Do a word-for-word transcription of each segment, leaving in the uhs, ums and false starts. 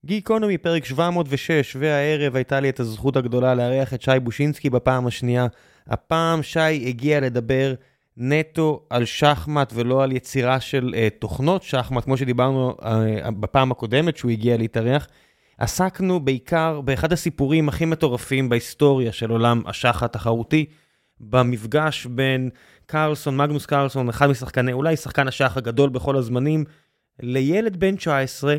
גיקונומי פרק שבע מאות ושש, והערב הייתה לי את הזכות הגדולה לארח את שי בושינסקי בפעם השנייה. הפעם שי הגיע לדבר נטו על שחמט ולא על יצירה של uh, תוכנות שחמט, כמו שדיברנו uh, בפעם הקודמת שהוא הגיע להתארח. עסקנו בעיקר באחד הסיפורים הכי מטורפים בהיסטוריה של עולם השח התחרותי, במפגש בין קרלסון, מגנוס קרלסון, אחד משחקני, אולי שחקן השח הגדול בכל הזמנים, לילד בן תשע עשרה,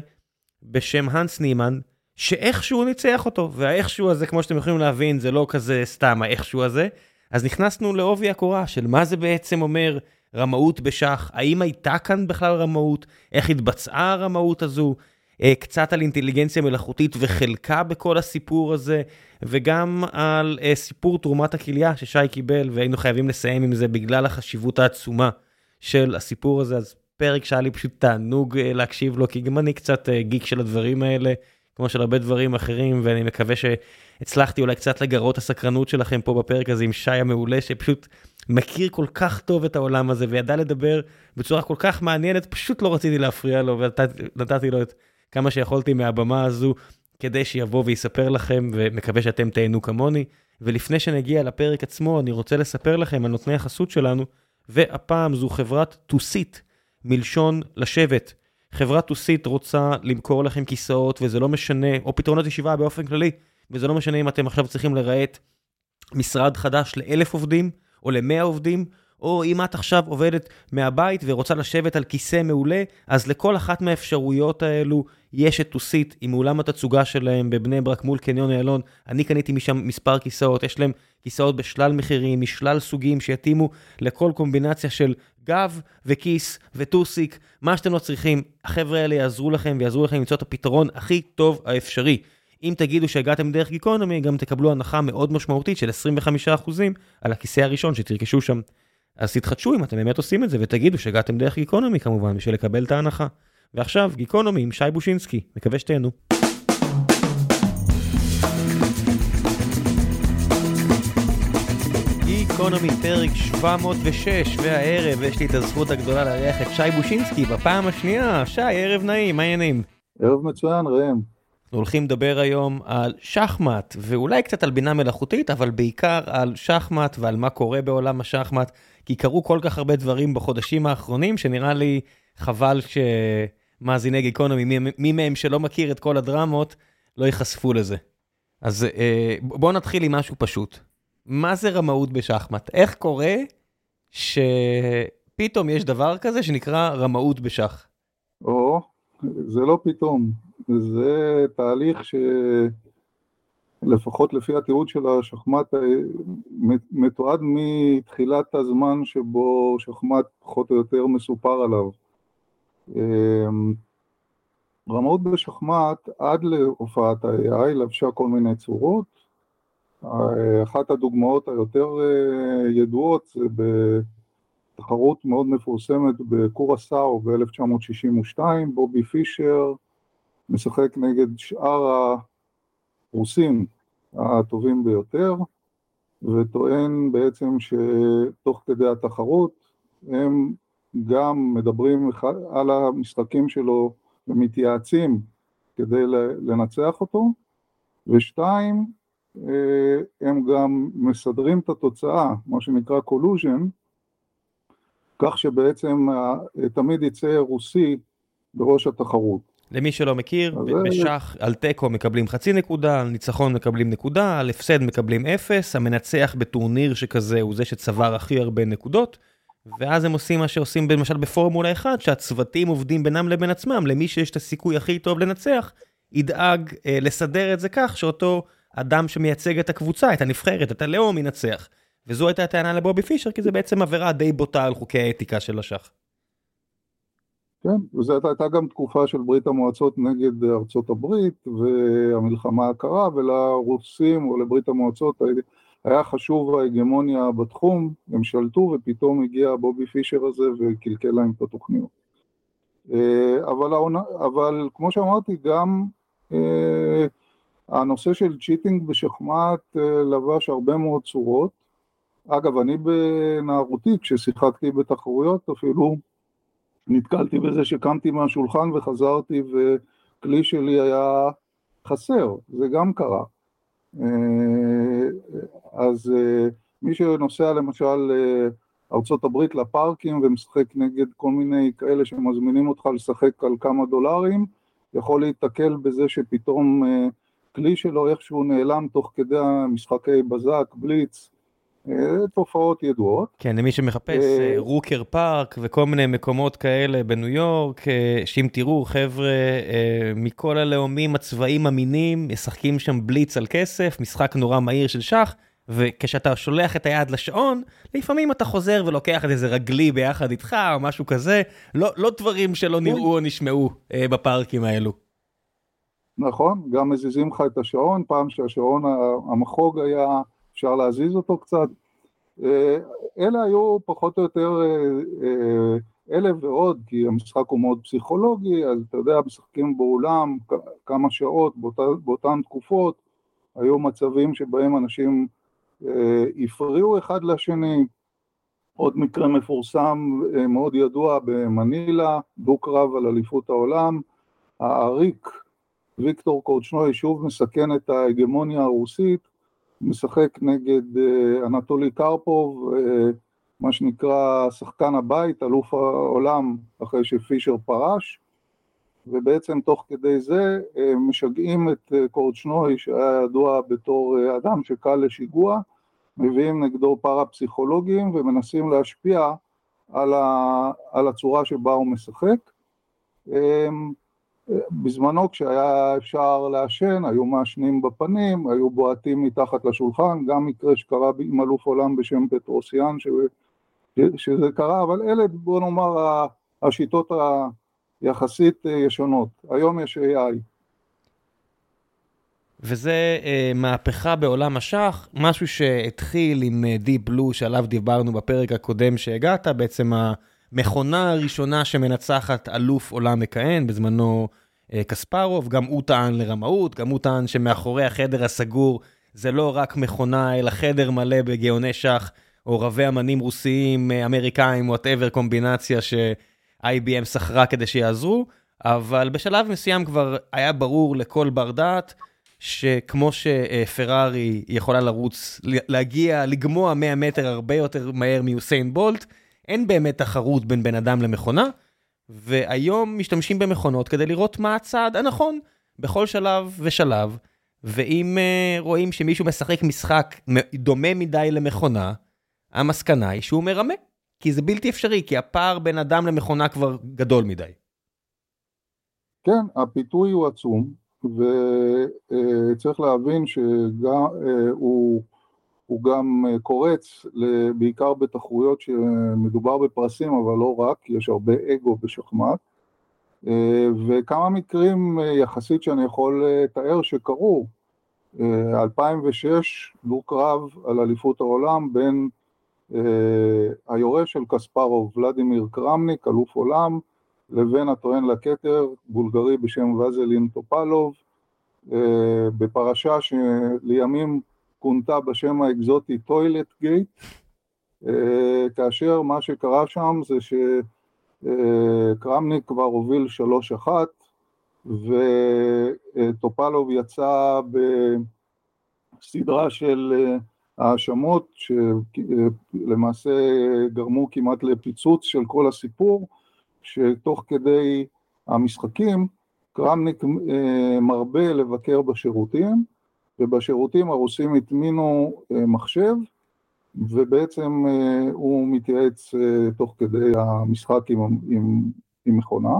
בשם הנס נימן, שאיכשהו ניצח אותו, והאיכשהו הזה, כמו שאתם יכולים להבין, זה לא כזה סתם האיכשהו הזה, אז נכנסנו לעובי הקורה של מה זה בעצם אומר רמאות בשח, האם הייתה כאן בכלל רמאות, איך התבצעה הרמאות הזו, קצת על אינטליגנציה מלאכותית וחלקה בכל הסיפור הזה, וגם על סיפור תרומת הכליה ששי קיבל, והיינו חייבים לסיים עם זה בגלל החשיבות העצומה של הסיפור הזה, אז פרק שהיה לי פשוט תענוג להקשיב לו, כי גם אני קצת גיק של הדברים האלה, כמו של הרבה דברים אחרים, ואני מקווה שהצלחתי אולי קצת לגרות הסקרנות שלכם פה בפרק הזה עם שי המעולה, שפשוט מכיר כל כך טוב את העולם הזה, וידע לדבר בצורה כל כך מעניינת, פשוט לא רציתי להפריע לו, ונתתי לו את כמה שיכולתי מהבמה הזו, כדי שיבוא ויספר לכם, ומקווה שאתם תהנו כמוני. ולפני שנגיע לפרק עצמו, אני רוצה לספר לכם על נותני החסות שלנו, והפעם זו חברת טוסית, מלשון לשבת. חברת טוסית רוצה למכור לכם כיסאות, וזה לא משנה, או פתרונות ישיבה באופן כללי, וזה לא משנה אם אתם עכשיו צריכים לראות משרד חדש לאלף עובדים, או למאה עובדים, או אם את עכשיו עובדת מהבית ורוצה לשבת על כיסא מעולה, אז לכל אחת מהאפשרויות האלו יש את טוסית עם אולם התצוגה שלהם בבני ברק מול קניון איילון. אני קניתי משם מספר כיסאות, יש להם כיסאות בשלל מחירים, משלל סוגים שיתאימו לכל קומבינציה של גב וכיס וטוסיק, מה שאתם לא צריכים. החבר'ה האלה יעזרו לכם ויעזרו לכם למצוא את הפתרון הכי טוב האפשרי. אם תגידו שהגעתם דרך גיקונומי, גם תקבלו הנחה מאוד משמעותית של עשרים וחמישה אחוז על הכיסא הראשון שתרכשו שם. אז תתחדשו אם אתם באמת עושים את זה, ותגידו שהגעתם דרך גיקונומי כמובן, בשביל לקבל את ההנחה. ועכשיו, גיקונומי עם שי בושינסקי. מקווה שתהנו. גיקונומי פרק שבע מאות ושש, והערב יש לי את הזכות הגדולה לארח את שי בושינסקי בפעם השנייה. שי, ערב נעים, מה העניינים? ערב מצוין, ראם. אנחנו הולכים לדבר היום על שחמט, ואולי קצת על בינה מלאכותית, אבל בעיקר על שחמט ועל מה קורה בעולם השחמט, כי קרו כל כך הרבה דברים בחודשים האחרונים, שנראה לי חבל שמאזיני גיקונומי, מי, מי מהם שלא מכיר את כל הדרמות, לא ייחשפו לזה. אז בואו נתחיל עם משהו פשוט. מה זה רמאות בשחמט? איך קורה שפתאום יש דבר כזה שנקרא רמאות בשח? או, זה לא פתאום. זה תהליך שלפחות לפי התיעוד של השחמט מתועד מתחילת הזמן שבו שחמט פחות או יותר מסופר עליו. רמאות בשחמט עד להופעת ה-איי איי לבשה כל מיני צורות. אחת הדוגמאות היותר ידועות זה בתחרות מאוד מפורסמת בקורסאו ב-אלף תשע מאות שישים ושתיים, בובי פישר משחק נגד שאר הרוסים הטובים ביותר, וטוען בעצם שתוך כדי התחרות הם גם מדברים על המשחקים שלו ומתייעצים כדי לנצח אותו, ושתיים, הם גם מסדרים את התוצאה, מה שנקרא קולוז'ן, כך שבעצם תמיד יצא רוסי בראש התחרות. למי שלא מכיר, בשח על טקו מקבלים חצי נקודה, על ניצחון מקבלים נקודה, על הפסד מקבלים אפס, המנצח בטורניר שכזה הוא זה שצבר הכי הרבה נקודות, ואז הם עושים מה שעושים למשל בפורמולה אחד, שהצוותים עובדים בינם לבין עצמם, למי שיש את הסיכוי הכי טוב לנצח, ידאג אה, לסדר את זה כך, שאותו אדם שמייצג את הקבוצה, את הנבחרת, את הלאום, ינצח. וזו הייתה הטענה לבובי פישר, כי זה בעצם עבירה די בוטה על חוקי האתיקה של השח. כן, וזו הייתה גם תקופה של ברית המועצות נגד ארצות הברית, והמלחמה הקרה, ולרוסים או לברית המועצות היה חשוב ההגמוניה בתחום, הם שלטו ופתאום הגיע בובי פישר הזה וקלקל להם את התוכניות. אבל, אבל כמו שאמרתי, גם הנושא של צ'יטינג בשחמט לבש הרבה מאוד צורות. אגב, אני בנערותי, כששיחקתי בתחרויות, אפילו נתקלתי בזה שקמתי מהשולחן וחזרתי הכלי שלי היה חסר, זה גם קרה. אז מי שנוסע למשל ארצות הברית לפארקים ומשחק נגד כל מיני כאלה שמזמינים אותך לשחק על כמה דולרים, יכול להתקל בזה שפתאום כלי שלו איכשהו נעלם תוך כדי המשחקי בזק, בליץ, תופעות ידועות. כן, למי שמחפש רוקר פארק וכל מיני מקומות כאלה בניו יורק, שאם תראו חבר'ה מכל הלאומים, הצבעים, המינים, משחקים שם בליץ על כסף, משחק נורא מהיר של שח, וכשאתה שולח את היד לשעון, לפעמים אתה חוזר ולוקח את איזה רגלי ביחד איתך או משהו כזה, לא, לא דברים שלא נראו או נשמעו בפארקים האלו. נכון, גם מזיזים לך את השעון, פעם שהשעון המחוג היה, אפשר להזיז אותו קצת. אלה היו פחות או יותר אלה ועוד, כי המשחק הוא מאוד פסיכולוגי, אז אתה יודע, משחקים באולם כמה שעות באותה, באותן תקופות, היו מצבים שבהם אנשים הפריעו אחד לשני. עוד מקרה מפורסם מאוד ידוע במנילה, דו קרב על אליפות העולם, העריק ויקטור קורצ'נוי שוב מסכן את ההגמוניה הרוסית, משחק נגד אנטולי קרפוב, מה שנקרא שחקן הבית, אלוף העולם אחרי שפישר פרש, ובעצם תוך כדי זה משגעים את קורצ'נוי שהיה ידוע בתור אדם שקל לשיגוע, מביאים נגדו פרפסיכולוגים ומנסים להשפיע על, ה, על הצורה שבה הוא משחק. בזמנו כשהיה אפשר לעשן, היו מעשנים בפנים, היו בועטים מתחת לשולחן, גם מקרה שקרה עם אלוף עולם בשם פטרוסיאן ש, שזה קרה, אבל אלה בוא נאמר השיטות היחסית ישנות. היום יש איי איי. וזה אה, מהפכה בעולם השח, משהו שהתחיל עם Deep Blue שעליו דיברנו בפרק הקודם שהגעת, בעצם המכונה הראשונה שמנצחת אלוף עולם מכהן, בזמנו אה, קספרוב, גם הוא טען לרמאות, גם הוא טען שמאחורי החדר הסגור זה לא רק מכונה אלא חדר מלא בגאוני שח, או רבי אמנים רוסיים, אמריקאים, whatever קומבינציה ש-איי בי אם שכרה כדי שיעזרו, אבל בשלב מסוים כבר היה ברור לכל בר דעת, שכמו שפרארי יכולה לרוץ, להגיע, לגמוע מאה מטר הרבה יותר מהר מיוסיין בולט, אין באמת תחרות בין בן אדם למכונה, והיום משתמשים במכונות כדי לראות מה הצעד הנכון, בכל שלב ושלב, ואם רואים שמישהו משחק משחק דומה מדי למכונה, המסקנה היא שהוא מרמה, כי זה בלתי אפשרי, כי הפער בין אדם למכונה כבר גדול מדי. כן, הפיתוי הוא עצום, וצריך להבין שהוא הוא גם קורץ בעיקר בתחרויות שמדובר בפרסים, אבל לא רק, יש הרבה אגו בשחמט, וכמה מקרים יחסית שאני יכול לתאר שקרו. אלפיים ושש דו קרב על אליפות העולם בין היורש של קספרוב, ולדימיר קרמניק, אלוף עולם, לבין הטוען לכתר, בולגרי בשם וזלין טופלוב, בפרשה שלימים כונתה בשם האקזוטי טוילט גייט, כאשר מה שקרה שם זה שקרמניק כבר הוביל שלוש אחת, וטופלוב יצא בסדרה של האשמות שלמעשה גרמו כמעט לפיצוץ של כל הסיפור, שתוך כדי המשחקים קרמניק מרבה לבקר בשירותים, ובשירותים הרוסים התמינו מחשב, ובעצם הוא מתייעץ תוך כדי המשחק עם, עם, עם מכונה.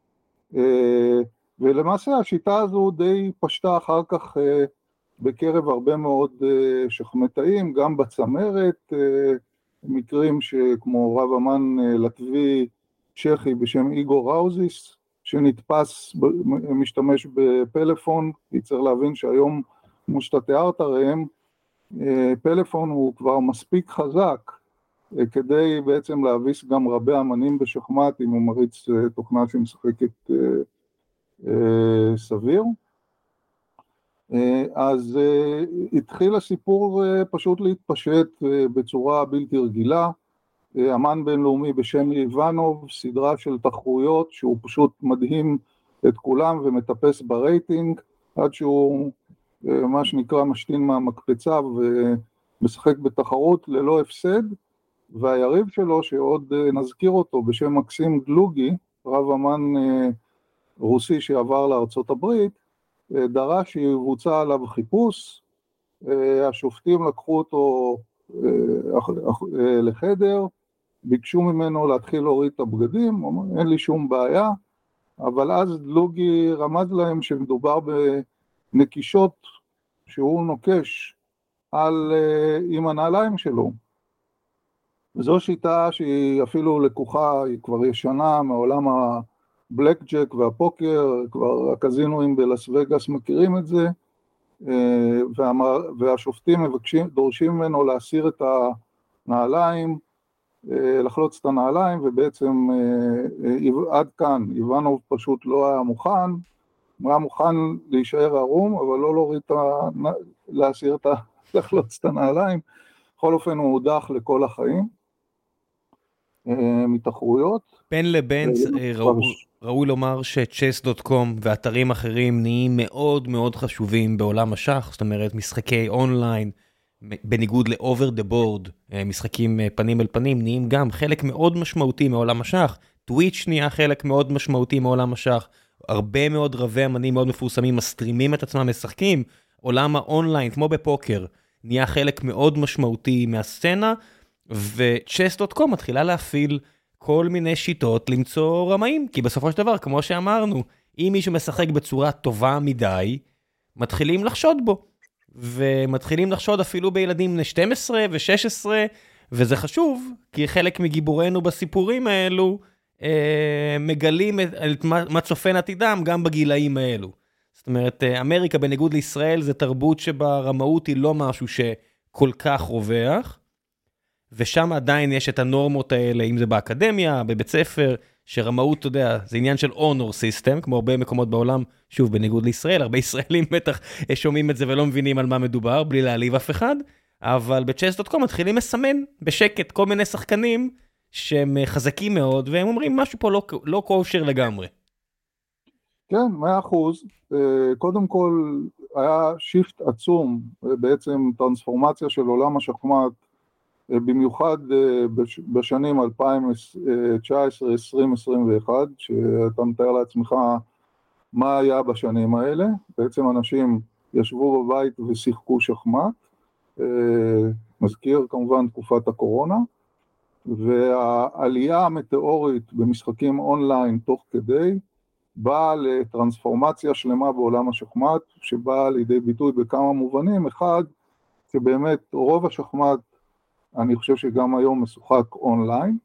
ולמעשה השיטה הזו די פשטה אחר כך בקרב הרבה מאוד שחמטאים, גם בצמרת, מקרים שכמו רב אמן לטבי צ'כי בשם איגור ראוזיס, שנתפס משתמש בפלאפון, כי צריך להבין שהיום, כמו שאתה תיארת ראם, פלאפון הוא כבר מספיק חזק, כדי בעצם להביס גם רבי אמנים בשחמט, אם הוא מריץ תוכנה שמשחקת סביר. אז התחיל הסיפור פשוט להתפשט בצורה בלתי רגילה, אמן בינלאומי בשם איוונוב, סדרה של תחרויות שהוא פשוט מדהים את כולם ומטפס ברייטינג, עד שהוא מה שנקרא משתין מהמקפצה ומשחק בתחרות ללא הפסד, והיריב שלו שעוד נזכיר אותו בשם מקסים דלוגי, רב אמן רוסי שעבר לארצות הברית, דרש שיבוצע עליו חיפוש, השופטים לקחו אותו לחדר, ביקשו ממנו להתחיל להוריד את הבגדים, אין לי שום בעיה, אבל אז דלוגי רמז להם שמדובר בנקישות שהוא נוקש על, עם הנעליים שלו. וזו שיטה שהיא אפילו לקוחה, היא כבר ישנה מעולם הבלק ג'ק והפוקר, כבר הקזינואים בלס וגאס מכירים את זה, והשופטים מבקשים, דורשים ממנו להסיר את הנעליים, לחלוץ את הנעליים, ובעצם עד כאן איוונוב פשוט לא היה מוכן, הוא היה מוכן להישאר ערום, אבל לא להוריד את ה... להסיר את ה... לחלוץ את הנעליים. בכל אופן הוא הודח לכל החיים מתחרויות. בין לבין ראוי לומר ש-צ'ס דוט קום ואתרים אחרים נהיים מאוד מאוד חשובים בעולם השח, זאת אומרת משחקי אונליין, בניגוד ל-over the board, משחקים פנים אל פנים, נהיים גם חלק מאוד משמעותי מעולם השח, טוויץ' נהיה חלק מאוד משמעותי מעולם השח, הרבה מאוד רבי אמנים מאוד מפורסמים מסטרימים את עצמם משחקים, עולם האונליין, כמו בפוקר, נהיה חלק מאוד משמעותי מהסצנה, ו-צ'ס דוט קום מתחילה להפעיל כל מיני שיטות למצוא רמאים, כי בסופו של דבר, כמו שאמרנו, אם מישהו משחק בצורה טובה מדי, מתחילים לחשוד בו. ומתחילים לחשוד אפילו בילדים בני שתים עשרה ו-שש עשרה, וזה חשוב, כי חלק מגיבורנו בסיפורים האלו, אה, מגלים את, את מה, מה צופן עתידם גם בגילאים האלו. זאת אומרת, אמריקה בניגוד לישראל, זה תרבות שבה רמאות היא לא משהו שכל כך רווח, ושם עדיין יש את הנורמות האלה, אם זה באקדמיה, בבית ספר, שרמאות, אתה יודע, זה עניין של honor system, כמו הרבה מקומות בעולם, שוב, בניגוד לישראל, הרבה ישראלים בטח שומעים את זה ולא מבינים על מה מדובר, בלי להעליב אף אחד, אבל ב-צ'ס דוט קום מתחילים לסמן בשקט כל מיני שחקנים שהם חזקים מאוד, והם אומרים משהו פה לא, לא קושר לגמרי. כן, מאה אחוז. קודם כל היה שיפט עצום, בעצם טרנספורמציה של עולם השחמט, במיוחד בשנים אלפיים תשע עשרה עשרים עשרים ואחת, שאתה מתאר לעצמך מה היה בשנים האלה. בעצם אנשים ישבו בבית ושיחקו שחמט, מזכיר כמובן תקופת הקורונה, והעלייה המטאורית במשחקים אונליין תוך כדי, באה לטרנספורמציה שלמה בעולם השחמט, שבאה לידי ביטוי בכמה מובנים. אחד, שבאמת רוב השחמט, אני חושב שגם היום משוחק אונליין,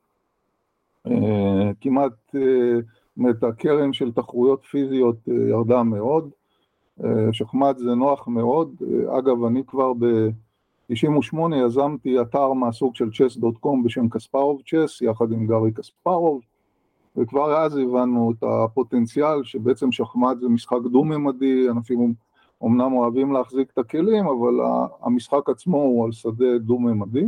כמעט את הקרן של תחרויות פיזיות ירדה מאוד, שחמט זה נוח מאוד. אגב, אני כבר ב-תשעים ושמונה יזמתי אתר מהסוג של צ'ס דוט קום בשם קספרוב צ'ס, יחד עם גרי קספרוב, וכבר אז הבנו את הפוטנציאל שבעצם שחמט זה משחק דו-ממדי, אנשים אומנם אוהבים להחזיק את הכלים, אבל המשחק עצמו הוא על שדה דו-ממדי,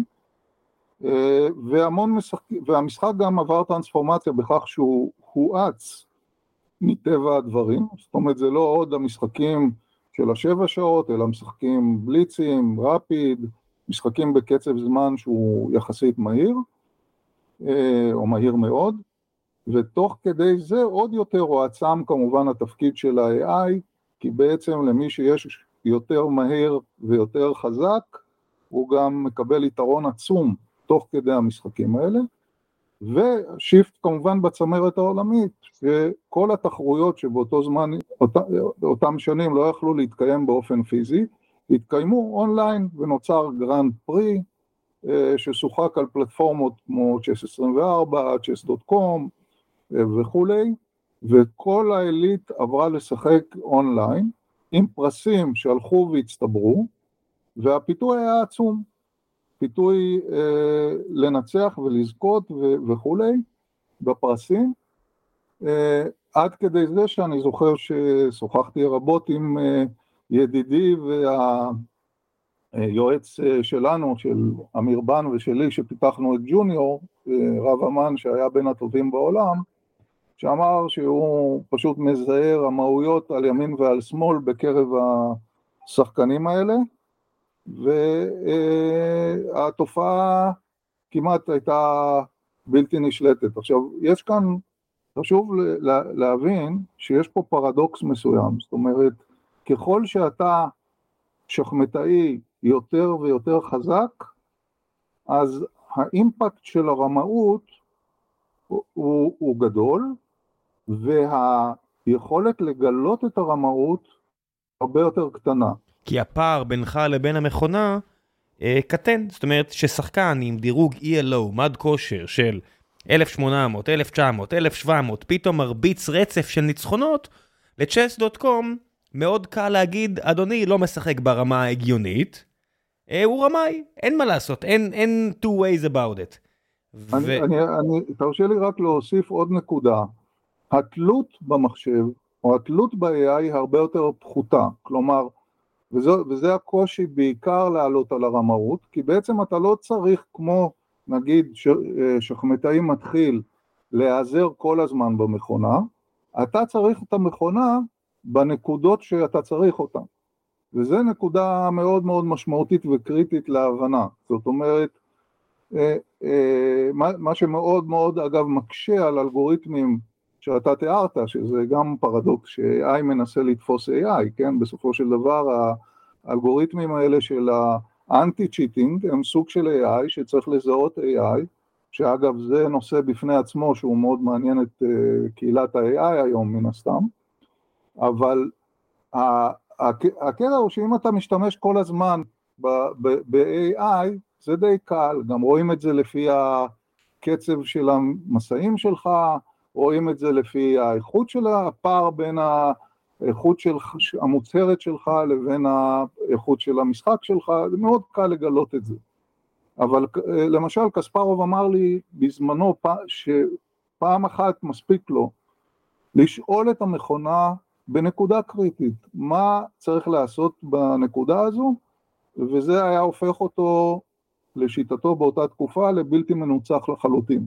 והמון משחק, והמשחק גם עבר טרנספורמציה בכך שהוא הואץ מטבע הדברים, זאת אומרת זה לא עוד המשחקים של השבע שעות, אלא משחקים בליצים, רפיד, משחקים בקצב זמן שהוא יחסית מהיר, או מהיר מאוד, ותוך כדי זה עוד יותר הועצם כמובן התפקיד של ה-איי איי, כי בעצם למי שיש יותר מהיר ויותר חזק, הוא גם מקבל יתרון עצום תוך כדי המשחקים האלה, ושיפט כמובן בצמרת העולמית, שכל התחרויות שבאותו זמן, אותם, אותם שנים לא יכלו להתקיים באופן פיזי, התקיימו אונליין ונוצר גרנד פרי, ששוחק על פלטפורמות כמו צ'ס עשרים וארבע, צ'ס דוט קום וכולי, וכל האליט עברה לשחק אונליין, עם פרסים שהלכו והצטברו, והפיתוי היה עצום, פיתוי אה, לנצח ולזכות ו- וכולי, בפרסים, אה, עד כדי זה שאני זוכר ששוחחתי רבות עם אה, ידידי והיועץ אה, שלנו, של אמיר בן ושלי, שפיתחנו את ג'וניור, אה, רב אמן שהיה בין הטובים בעולם, שאמר שהוא פשוט מזהה רמאויות על ימין ועל שמאל בקרב השחקנים האלה, והתופעה כמעט הייתה בלתי נשלטת. עכשיו, יש כאן, חשוב להבין שיש פה פרדוקס מסוים, זאת אומרת, ככל שאתה שחמטאי יותר ויותר חזק, אז האימפקט של הרמאות הוא, הוא, הוא גדול, והיכולת לגלות את הרמאות הרבה יותר קטנה. כי הפער בינך לבין המכונה אה, קטן, זאת אומרת ששחקן עם דירוג אי אל או, מד כושר של אלף שמונה מאות, אלף תשע מאות, אלף שבע מאות, פתאום מרביץ רצף של ניצחונות, ל-צ'ס דוט קום מאוד קל להגיד, אדוני לא משחק ברמה ההגיונית, אה, הוא רמאי, אין מה לעשות, אין, אין two ways about it. אני, ו... אני, אני, תרשה לי רק להוסיף עוד נקודה, התלות במחשב, או התלות ב-איי איי היא הרבה יותר פחותה, כלומר, וזו, וזה הקושי בעיקר לעלות על הרמאות, כי בעצם אתה לא צריך כמו, נגיד, ש, שחמטאי מתחיל להיעזר כל הזמן במכונה, אתה צריך את המכונה בנקודות שאתה צריך אותן. וזו נקודה מאוד מאוד משמעותית וקריטית להבנה. זאת אומרת, מה, מה שמאוד מאוד אגב מקשה על אלגוריתמים שאתה תיארת, שזה גם פרדוקס ש-איי איי מנסה לתפוס איי איי, כן? בסופו של דבר האלגוריתמים האלה של האנטי-צ'יטינג הם סוג של איי איי שצריך לזהות איי איי, שאגב זה נושא בפני עצמו שהוא מאוד מעניין את uh, קהילת ה-איי איי היום מן הסתם, אבל הקטע הוא שאם אתה משתמש כל הזמן ב-איי איי, זה די קל, גם רואים את זה לפי הקצב של המסעים שלך, רואים את זה לפי האיכות של הפער בין האיכות של המוצהרת שלך לבין האיכות של המשחק שלך, זה מאוד קל לגלות את זה. אבל למשל קספרוב אמר לי בזמנו שפעם אחת מספיק לו לשאול את המכונה בנקודה קריטית, מה צריך לעשות בנקודה הזו, וזה היה הופך אותו לשיטתו באותה תקופה לבלתי מנוצח לחלוטין.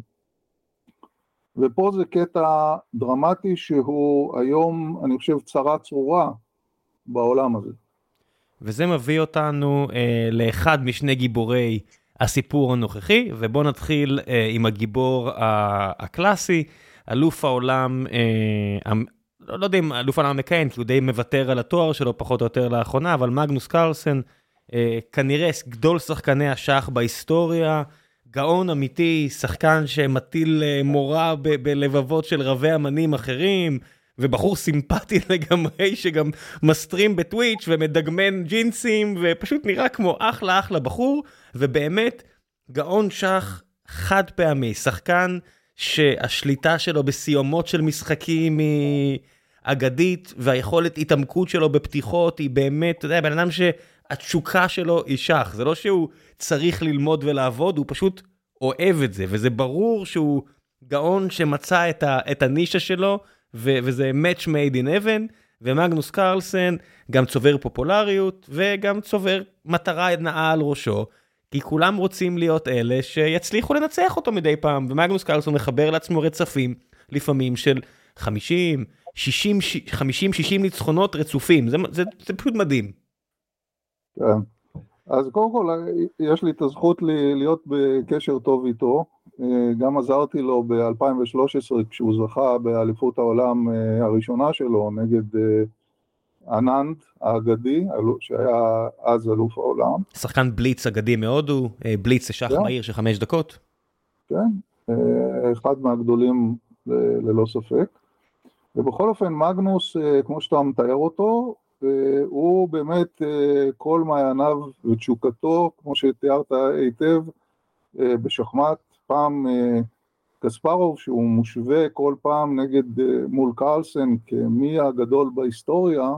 ופה זה קטע דרמטי שהוא היום, אני חושב, צרה צרורה בעולם הזה. וזה מביא אותנו אה, לאחד משני גיבורי הסיפור הנוכחי, ובוא נתחיל אה, עם הגיבור הקלאסי, אלוף העולם, אה, לא יודע אם אלוף העולם המכהן, כי הוא די מוותר על התואר שלו פחות או יותר לאחרונה, אבל מגנוס קרלסן, אה, כנראה גדול שחקני השח בהיסטוריה, גאון אמיתי, שחקן שמטיל מורה ב- בלבבות של רבי אמנים אחרים, ובחור סימפטי לגמרי שגם מסטרים בטוויץ' ומדגמן ג'ינסים, ופשוט נראה כמו אחלה אחלה בחור, ובאמת גאון שח חד פעמי, שחקן שהשליטה שלו בסיומות של משחקים היא אגדית, והיכולת התעמקות שלו בפתיחות היא באמת, אתה יודע, בן אדם שהתשוקה שלו היא שח, זה לא שהוא צריך ללמוד ולעבוד, הוא פשוט אוהב את זה, וזה ברור שהוא גאון שמצא את, ה, את הנישה שלו, ו, וזה match made in heaven, ומגנוס קרלסן גם צובר פופולריות, וגם צובר מטרה נאה על ראשו, כי כולם רוצים להיות אלה שיצליחו לנצח אותו מדי פעם, ומגנוס קרלסן מחבר לעצמו רצפים, לפעמים של חמישים, שישים, חמישים, שישים ניצחונות רצופים, זה, זה, זה פשוט מדהים. כן. אז קודם כל, יש לי את הזכות להיות בקשר טוב איתו, גם עזרתי לו ב-אלפיים ושלוש עשרה כשהוא זכה באליפות העולם הראשונה שלו נגד אננד האגדי, שהיה אז אלוף העולם. שחקן בליץ אגדי מאוד הוא, בליץ שח כן. מהיר של חמש דקות. כן, אחד מהגדולים ללא ספק. ובכל אופן מגנוס, כמו שאתה מתאר אותו, הוא באמת כל מעייניו ותשוקתו, כמו שתיארת היטב, בשחמט, פעם קספרוב, שהוא מושווה כל פעם נגד מול קרלסן כמי הגדול בהיסטוריה,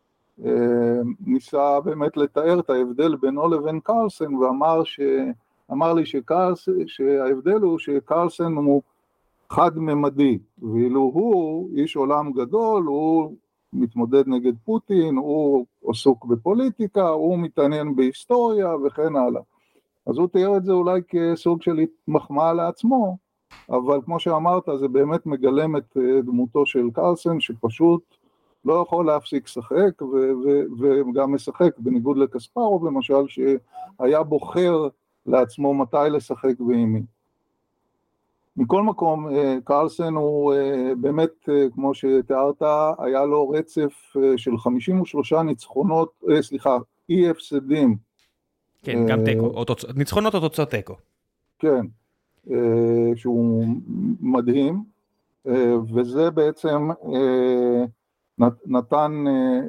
ניסה באמת לתאר את ההבדל בינו לבין קרלסן, ואמר ש... אמר לי שקרלסן, שההבדל הוא שקרלסן הוא חד-ממדי, ואילו הוא איש עולם גדול, הוא מתמודד נגד פוטין, הוא עסוק בפוליטיקה, הוא מתעניין בהיסטוריה וכן הלאה. אז הוא תיאר את זה אולי כסוג של מחמאה לעצמו, אבל כמו שאמרת, זה באמת מגלם את דמותו של קרלסן, שפשוט לא יכול להפסיק לשחק, וגם משחק, בניגוד לקספרוב למשל, שהיה בוחר לעצמו מתי לשחק ועם מי. מכל מקום, קרלסן הוא באמת, כמו שתיארת, היה לו רצף של חמישים ושלושה ניצחונות, סליחה, אי הפסדים. כן, גם טקו, ניצחונות או תוצאות טקו. כן, שהוא מדהים, וזה בעצם נתן,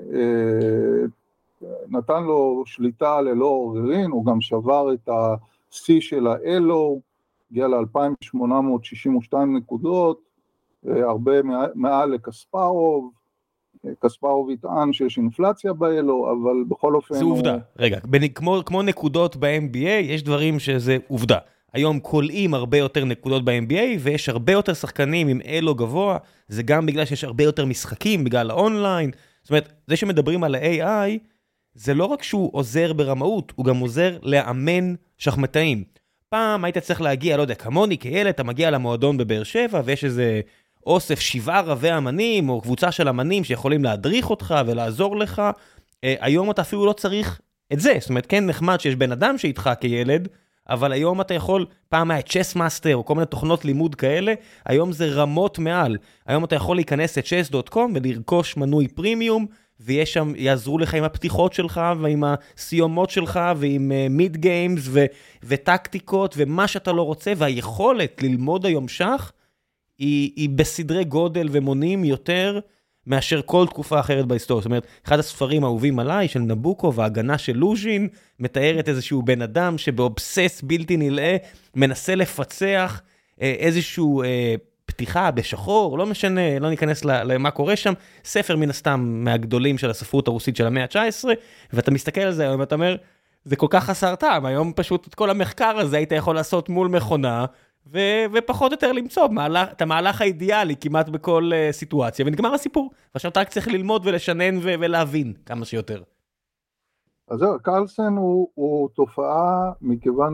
נתן לו שליטה ללא עוררין, הוא גם שבר את השיא של האלו, הגיע ל-אלפיים שמונה מאות שישים ושתיים נקודות, הרבה מעל לקספרוב, קספרוב יטען שיש אינפלציה באלו, אבל בכל אופן... זה עובדה, רגע, כמו, כמו נקודות ב-אן בי איי, יש דברים שזה עובדה. היום קולעים הרבה יותר נקודות ב-אן בי איי, ויש הרבה יותר שחקנים עם אלו גבוה, זה גם בגלל שיש הרבה יותר משחקים, בגלל האונליין, זאת אומרת, זה שמדברים על ה-איי איי, זה לא רק שהוא עוזר ברמאות, הוא גם עוזר לאמן שחמטאים. פעם היית צריך להגיע, לא יודע, כמוני כילד, אתה מגיע למועדון בבאר שבע, ויש איזה אוסף שבעה רבי אמנים, או קבוצה של אמנים שיכולים להדריך אותך ולעזור לך. היום אתה אפילו לא צריך את זה, זאת אומרת, כן נחמד שיש בן אדם שאיתך כילד, אבל היום אתה יכול, פעם היה צ'ס מאסטר, או כל מיני תוכנות לימוד כאלה, היום זה רמות מעל. היום אתה יכול להיכנס ל-צ'ס דוט קום ולרכוש מנוי פרימיום, ויש שם, יעזרו לך עם הפתיחות שלך, ועם הסיומות שלך, ועם מיד גיימס, וטקטיקות, ומה שאתה לא רוצה, והיכולת ללמוד היום שח, היא, היא בסדרי גודל ומונים יותר, מאשר כל תקופה אחרת בהיסטוריה. זאת אומרת, אחד הספרים האהובים עליי, של נבוקו, וההגנה של לוז'ין, מתארת איזשהו בן אדם, שבאובסס בלתי נלאה, מנסה לפצח איזשהו פתיחה בשחור, לא משנה, לא ניכנס למה קורה שם, ספר מן הסתם מהגדולים של הספרות הרוסית של המאה ה-תשע עשרה, ואתה מסתכל על זה, ואתה אומר, זה כל כך חסר טעם, היום פשוט את כל המחקר הזה היית יכול לעשות מול מכונה, ו- ופחות או יותר למצוא מהלך, את המהלך האידיאלי כמעט בכל uh, סיטואציה, ונגמר הסיפור. ועכשיו אתה רק צריך ללמוד ולשנן ו- ולהבין כמה שיותר. אז זהו, קרלסן הוא, הוא תופעה מכיוון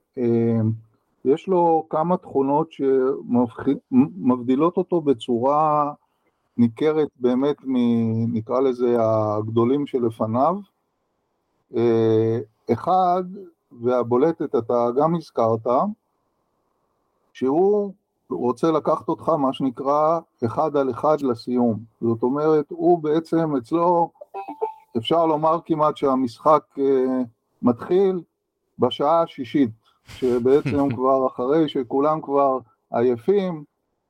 שיש לו כמה תכונות שמבדילות אותו בצורה ניכרת באמת נקרא לזה הגדולים שלפניו. אחד, והבולטת אתה גם הזכרת, שהוא רוצה לקחת אותך מה שנקרא אחד על אחד לסיום. זאת אומרת, הוא בעצם אצלו, אפשר לומר כמעט שהמשחק אה, מתחיל בשעה השישית, שבעצם כבר אחרי שכולם כבר עייפים,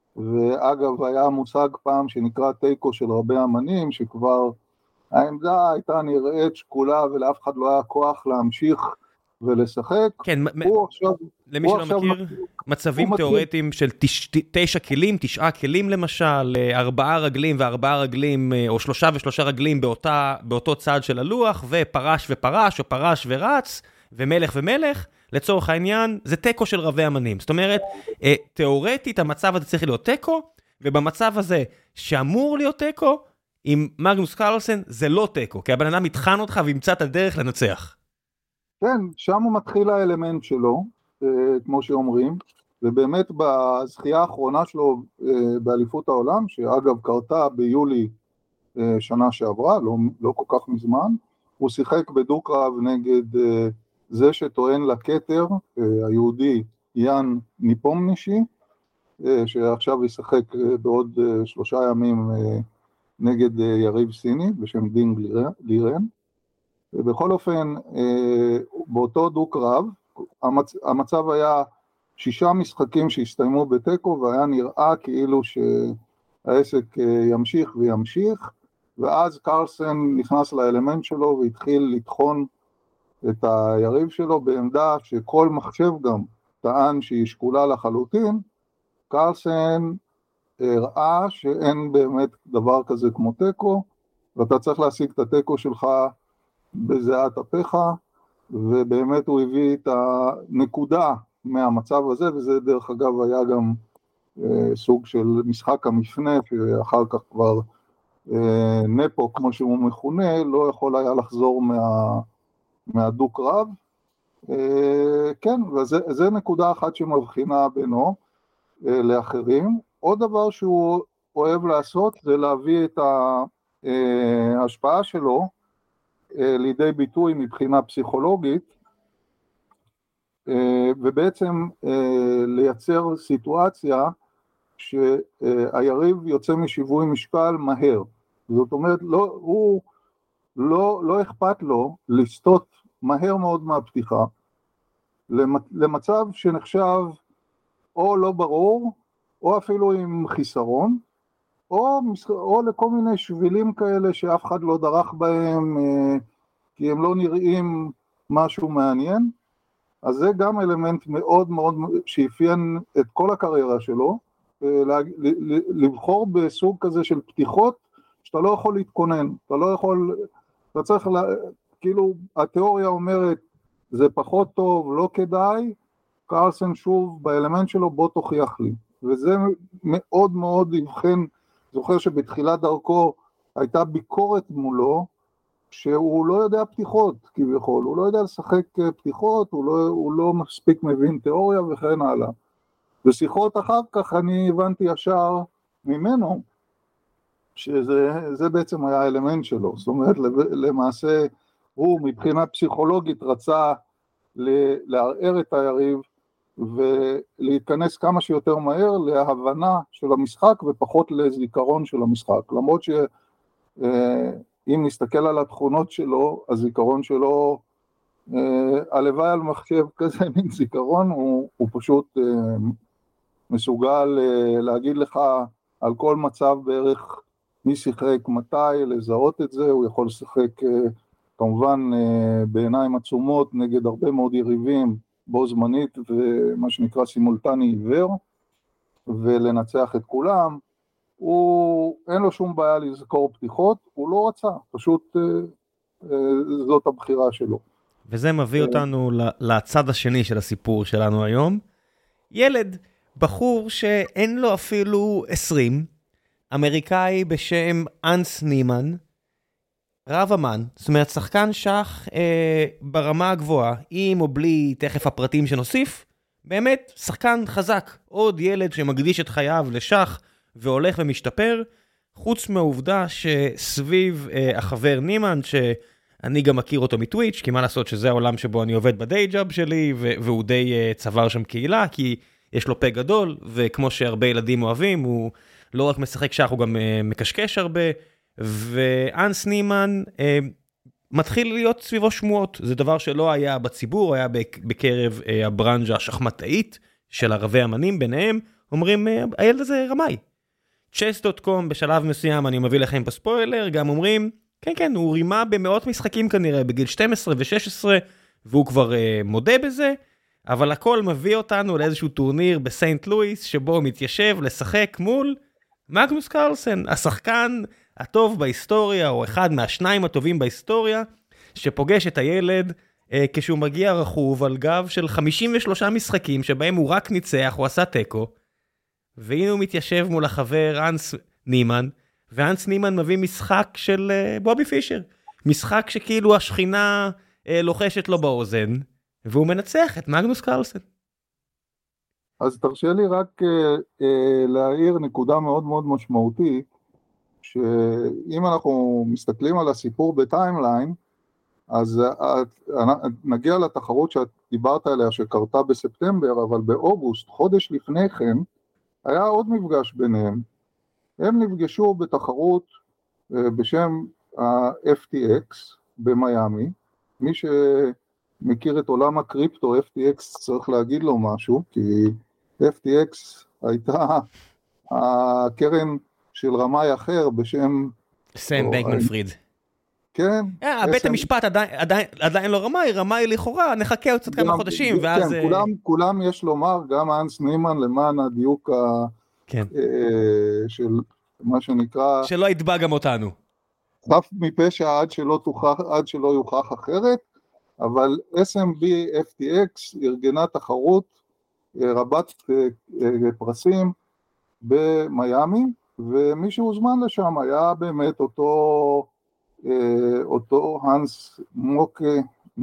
ואגב היה מושג פעם שנקרא טיקו של רבי אמנים, שכבר העמדה הייתה נראית שקולה ולאף אחד לא היה כוח להמשיך ולשחק. כן, הוא עכשיו, למי הוא שלא מכיר, מצבים תיאורטיים של תש, תשע כלים, תשעה כלים למשל, ארבעה רגלים וארבעה רגלים, או שלושה ושלושה רגלים באותה, באותו צד של הלוח, ופרש ופרש, או פרש ורץ, ומלך ומלך, לצורך העניין, זה טקו של רבי אמנים. זאת אומרת, תיאורטית המצב הזה צריך להיות טקו, ובמצב הזה שאמור להיות טקו, עם מגנוס קרלסן זה לא טקו, כי הבן אדם יתחן אותך וימצא את הדרך לנצח. כן, שם הוא מתחיל האלמנט שלו, כמו שאומרים, ובאמת בזכייה האחרונה שלו באליפות העולם, שאגב קרתה ביולי שנה שעברה, לא, לא כל כך מזמן, הוא שיחק בדו-קרב נגד זה שטוען לכתר, היהודי יאן ניפומנישי, שעכשיו ישחק בעוד שלושה ימים נגד יריב סיני בשם דין לירן. ובכל אופן, באותו דו-קרב, המצ... המצב היה שישה משחקים שהסתיימו בטקו, והיה נראה כאילו שהעסק ימשיך וימשיך, ואז קרלסן נכנס לאלמנט שלו והתחיל לטחון את היריב שלו בעמדה שכל מחשב גם טען שהיא שקולה לחלוטין. קרלסן הראה שאין באמת דבר כזה כמו טקו, ואתה צריך להשיג את הטקו שלך בזיעת אפיך, ובאמת הוא הביא את הנקודה מהמצב הזה, וזה דרך אגב היה גם אה, סוג של משחק המפנה, שאחר כך כבר אה, נפו, כמו שהוא מכונה, לא יכול היה לחזור מה, מהדוק רב. אה, כן, וזה זה נקודה אחת שמבחינה בינו. לאחרים. עוד דבר שהוא אוהב לעשות זה להביא את ההשפעה שלו לידי ביטוי מבחינה פסיכולוגית, ובעצם לייצר סיטואציה שהיריב יוצא משיווי משקל מהר. זאת אומרת, לא, הוא לא, לא אכפת לו לסטות מהר מאוד מהפתיחה, למצב שנחשב או לא ברור, או אפילו עם חיסרון, או, או לכל מיני שבילים כאלה שאף אחד לא דרך בהם, כי הם לא נראים משהו מעניין. אז זה גם אלמנט מאוד מאוד שאפיין את כל הקריירה שלו, לבחור בסוג כזה של פתיחות, שאתה לא יכול להתכונן, אתה לא יכול, אתה צריך, לה, כאילו, התיאוריה אומרת, זה פחות טוב, לא כדאי, קרלסן שוב באלמנט שלו, בוא תוכיח לי. וזה מאוד מאוד יבחן, זוכר שבתחילת דרכו הייתה ביקורת מולו, שהוא לא יודע פתיחות כביכול, הוא לא יודע לשחק פתיחות, הוא לא, הוא לא מספיק מבין תיאוריה וכן הלאה. בשיחות אחר כך אני הבנתי ישר ממנו, שזה זה בעצם היה האלמנט שלו, זאת אומרת למעשה הוא מבחינה פסיכולוגית רצה לערער את היריב, ולהתכנס כמה שיותר מהר להבנה של המשחק ופחות לזיכרון של המשחק, למרות שאם נסתכל על התכונות שלו, הזיכרון שלו, הלוואי על מחשב כזה מין זיכרון, הוא, הוא פשוט מסוגל להגיד לך על כל מצב בערך מי שיחק מתי, לזהות את זה, הוא יכול לשחק כמובן בעיניים עצומות נגד הרבה מאוד יריבים בו זמנית ומה שנקרא סימולטני עיוור, ולנצח את כולם. הוא, אין לו שום בעיה לזכור פתיחות, הוא לא רצה, פשוט זאת הבחירה שלו. וזה מביא אותנו לצד השני של הסיפור שלנו היום. ילד, בחור שאין לו אפילו עשרים, אמריקאי בשם אנס נימן, רב אמן, זאת אומרת שחקן שח אה, ברמה הגבוהה, עם או בלי תכף הפרטים שנוסיף, באמת שחקן חזק, עוד ילד שמקדיש את חייו לשח והולך ומשתפר, חוץ מהעובדה שסביב אה, החבר נימן, שאני גם מכיר אותו מטוויץ', כי מה לעשות שזה העולם שבו אני עובד בדיי ג'אב שלי, והוא די אה, צבר שם קהילה, כי יש לו פה גדול, וכמו שהרבה ילדים אוהבים, הוא לא רק משחק שח, הוא גם אה, מקשקש הרבה, ואנס נימן אה, מתחיל להיות סביבו שמועות, זה דבר שלא היה בציבור, היה בקרב אה, הברנז'ה השחמטאית של ערבי אמנים, ביניהם אומרים, אה, הילד הזה רמאי. צ'ס דוט קום בשלב מסוים, אני מביא לכם בספוילר, גם אומרים, כן כן, הוא רימה במאות משחקים כנראה, בגיל שתים עשרה ו-שש עשרה, והוא כבר אה, מודה בזה, אבל הכל מביא אותנו לאיזשהו טורניר בסיינט לואיס, שבו הוא מתיישב לשחק מול מגנוס קרלסן, השחקן הטוב בהיסטוריה, או אחד מהשניים הטובים בהיסטוריה, שפוגש את הילד אה, כשהוא מגיע רחוב על גב של חמישים ושלושה משחקים, שבהם הוא רק ניצח, הוא עשה טקו, והנה הוא מתיישב מול החבר אנס נימן, ואנס נימן מביא משחק של אה, בובי פישר, משחק שכאילו השכינה אה, לוחשת לו באוזן, והוא מנצח את מגנוס קרלסן. אז תרשה לי רק אה, אה, להעיר נקודה מאוד מאוד משמעותית, שאם אנחנו מסתכלים על הסיפור בטיימליין, אז נגיע לתחרות שאת דיברת עליה שקרתה בספטמבר, אבל באוגוסט, חודש לפני כן, היה עוד מפגש ביניהם. הם נפגשו בתחרות בשם ה-אף טי אקס במיימי. מי שמכיר את עולם הקריפטו, אף טי אקס צריך להגיד לו משהו, כי אף טי אקס הייתה הקרן של רמאי אחר בשם סם בנקמן פריד. כן. בית המשפט עדיין לא רמאי, רמאי לכאורה, נחכה עוד קצת כמה חודשים, ואז... כן, כולם יש לומר, גם אנס נימן למען הדיוק של מה שנקרא... שלא יתבע גם אותנו. חף מפשע עד שלא יוכח אחרת, אבל אס אם בי אף טי אקס ארגנה תחרות רבת פרסים במיימי, ומי שהוזמן לשם היה באמת אותו, אותו הנס מוקה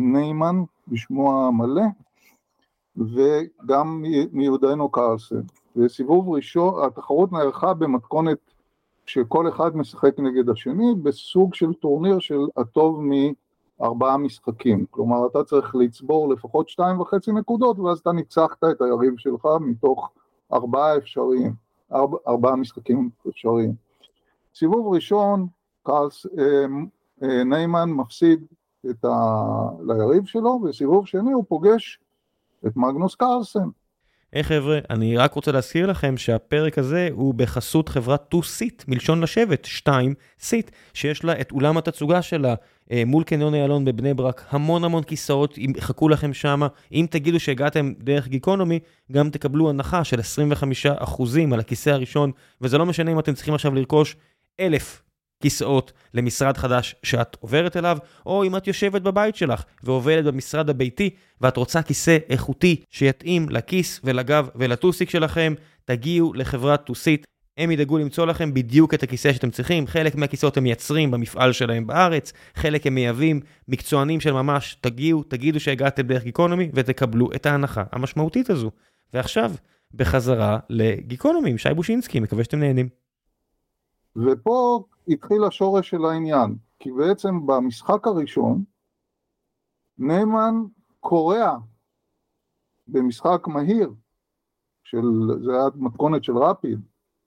ניימן, בשמו המלא, וגם מיודענו קרלסן. וסיבוב ראשון, התחרות נערכה במתכונת שכל אחד משחק נגד השני, בסוג של טורניר של הטוב מארבעה משחקים. כלומר, אתה צריך לצבור לפחות שתיים וחצי נקודות, ואז אתה ניצחת את היריב שלך מתוך ארבעה אפשריים, ארבע, ארבעה משחקים אפשריים. סיבוב ראשון, קרלס, אה, אה, ניימן מפסיד את ה... ליריב שלו, וסיבוב שני הוא פוגש את מגנוס קרלסן. היי חבר'ה, אני רק רוצה להזכיר לכם שהפרק הזה הוא בחסות חברת טו סיט, מלשון לשבת, שתיים סיט, שיש לה את אולם התצוגה שלה מול קניון איילון בבני ברק, המון המון כיסאות, יחכו לכם שם, אם תגידו שהגעתם דרך גיקונומי, גם תקבלו הנחה של עשרים וחמישה אחוז על הכיסא הראשון, וזה לא משנה אם אתם צריכים עכשיו לרכוש אלף כיסאות למשרד חדש שאת עוברת אליו, או אם את יושבת בבית שלך ועובדת במשרד הביתי, ואת רוצה כיסא איכותי שיתאים לכיס ולגב ולטוסיק שלכם, תגיעו לחברת טו סיט, הם ידאגו למצוא לכם בדיוק את הכיסא שאתם צריכים, חלק מהכיסאות הם מייצרים במפעל שלהם בארץ, חלק הם מייבאים, מקצוענים של ממש, תגיעו, תגידו שהגעתם דרך גיקונומי ותקבלו את ההנחה המשמעותית הזו. ועכשיו, בחזרה לגיקונומי עם שי בושינסקי, מקווה שאתם נהנים. ופה התחיל השורש של העניין, כי בעצם במשחק הראשון, ניימן קורע במשחק מהיר, של, זה היה מתכונת של רפיד,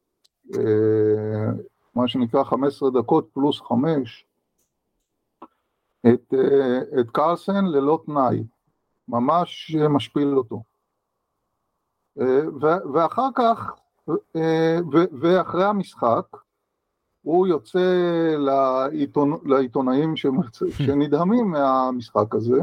מה שנקרא חמש עשרה דקות פלוס חמש, את, את קרלסן ללא תנאי, ממש משפיל אותו. ואחר כך, ואחרי המשחק, הוא יוצא לעיתונ... לעיתונאים שנדהמים מהמשחק הזה,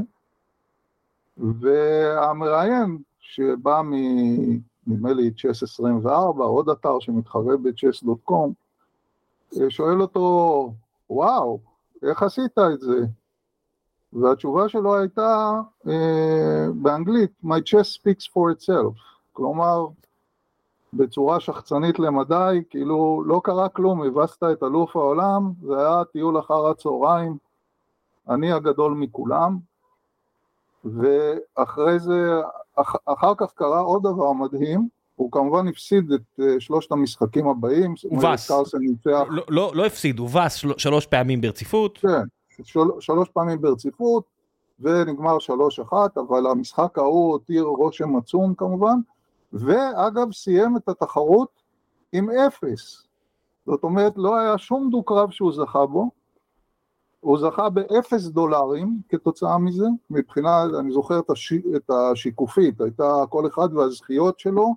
והמראיין שבא מ... נדמה לי צ'ס עשרים וארבע, עוד אתר שמתחרה ב-צ'ס דוט קום, שואל אותו, וואו, איך עשית את זה? והתשובה שלו הייתה אה, באנגלית, My chess speaks for itself, כלומר, בצורה שחצנית למדי, כאילו לא קרה כלום, הבסת את אלוף העולם, זה היה טיול אחר הצהריים, אני הגדול מכולם, ואחרי זה, אח, אחר כך קרה עוד דבר מדהים, הוא כמובן הפסיד את uh, שלושת המשחקים הבאים, הובס, לא, לא, לא הפסיד, הובס של, שלוש פעמים ברציפות. כן, של, שלוש פעמים ברציפות, ונגמר שלוש אחת, אבל המשחק ההוא הותיר רושם עצום כמובן, ואגב סיים את התחרות עם אפס, זאת אומרת לא היה שום דו-קרב שהוא זכה בו, הוא זכה באפס דולרים כתוצאה מזה, מבחינה, אני זוכר את, הש... את השיקופית, הייתה כל אחד והזכיות שלו,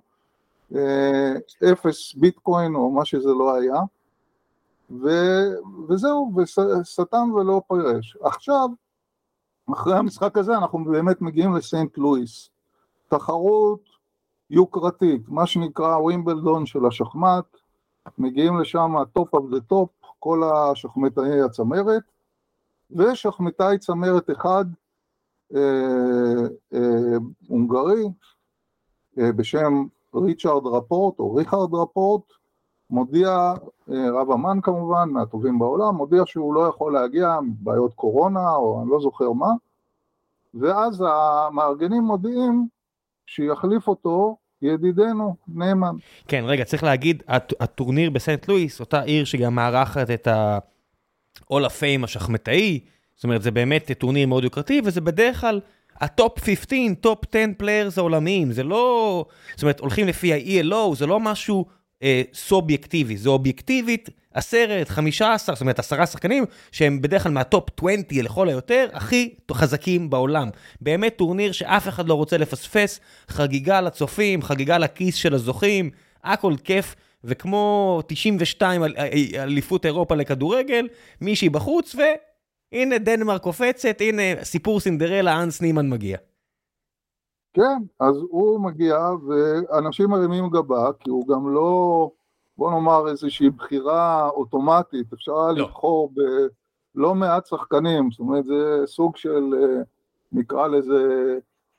אפס ביטקוין או מה שזה לא היה, ו... וזהו, וסתם ולא פרש. עכשיו, אחרי המשחק הזה אנחנו באמת מגיעים לסנט לואיס, תחרות יוקרתית, מה שנקרא ווימבלדון של השחמט, מגיעים לשם הטופ אוף דה טופ, כל השחמטאי הצמרת, ושחמטאי צמרת אחד, אה, אה, הונגרי, אה, בשם ריצ'רד רפורט, או ריכרד רפורט, מודיע, אה, רב אמן כמובן, מהטובים בעולם, מודיע שהוא לא יכול להגיע, בעיות קורונה, או אני לא זוכר מה, ואז המארגנים מודיעים, שיחליף אותו ידידנו, ניימן. כן, רגע, צריך להגיד, הטורניר בסנט לואיס, אותה עיר שגם מערכת את ה-All of Fame השחמטאי, זאת אומרת, זה באמת טורניר מאוד יוקרתי, וזה בדרך כלל הטופ חמש עשרה, טופ עשר פליירס העולמיים, זה לא, זאת אומרת, הולכים לפי ה-אי אל או, זה לא משהו אה, סובייקטיבי, זה אובייקטיבית, עשרת, חמישה עשר, זאת אומרת, עשרה שחקנים, שהם בדרך כלל מהטופ עשרים לכל היותר, הכי חזקים בעולם. באמת טורניר שאף אחד לא רוצה לפספס, חגיגה לצופים, חגיגה לכיס של הזוכים, הכל כיף, וכמו תשעים ושתיים אליפות אירופה לכדורגל, מישהי בחוץ, והנה דנמרק קופצת, הנה סיפור סינדרלה, אנס נימן מגיע. כן, אז הוא מגיע, ואנשים מרימים גבה, כי הוא גם לא... בוא נאמר איזושהי בחירה אוטומטית, אפשר לא. לבחור בלא מעט שחקנים, זאת אומרת זה סוג של, נקרא לזה,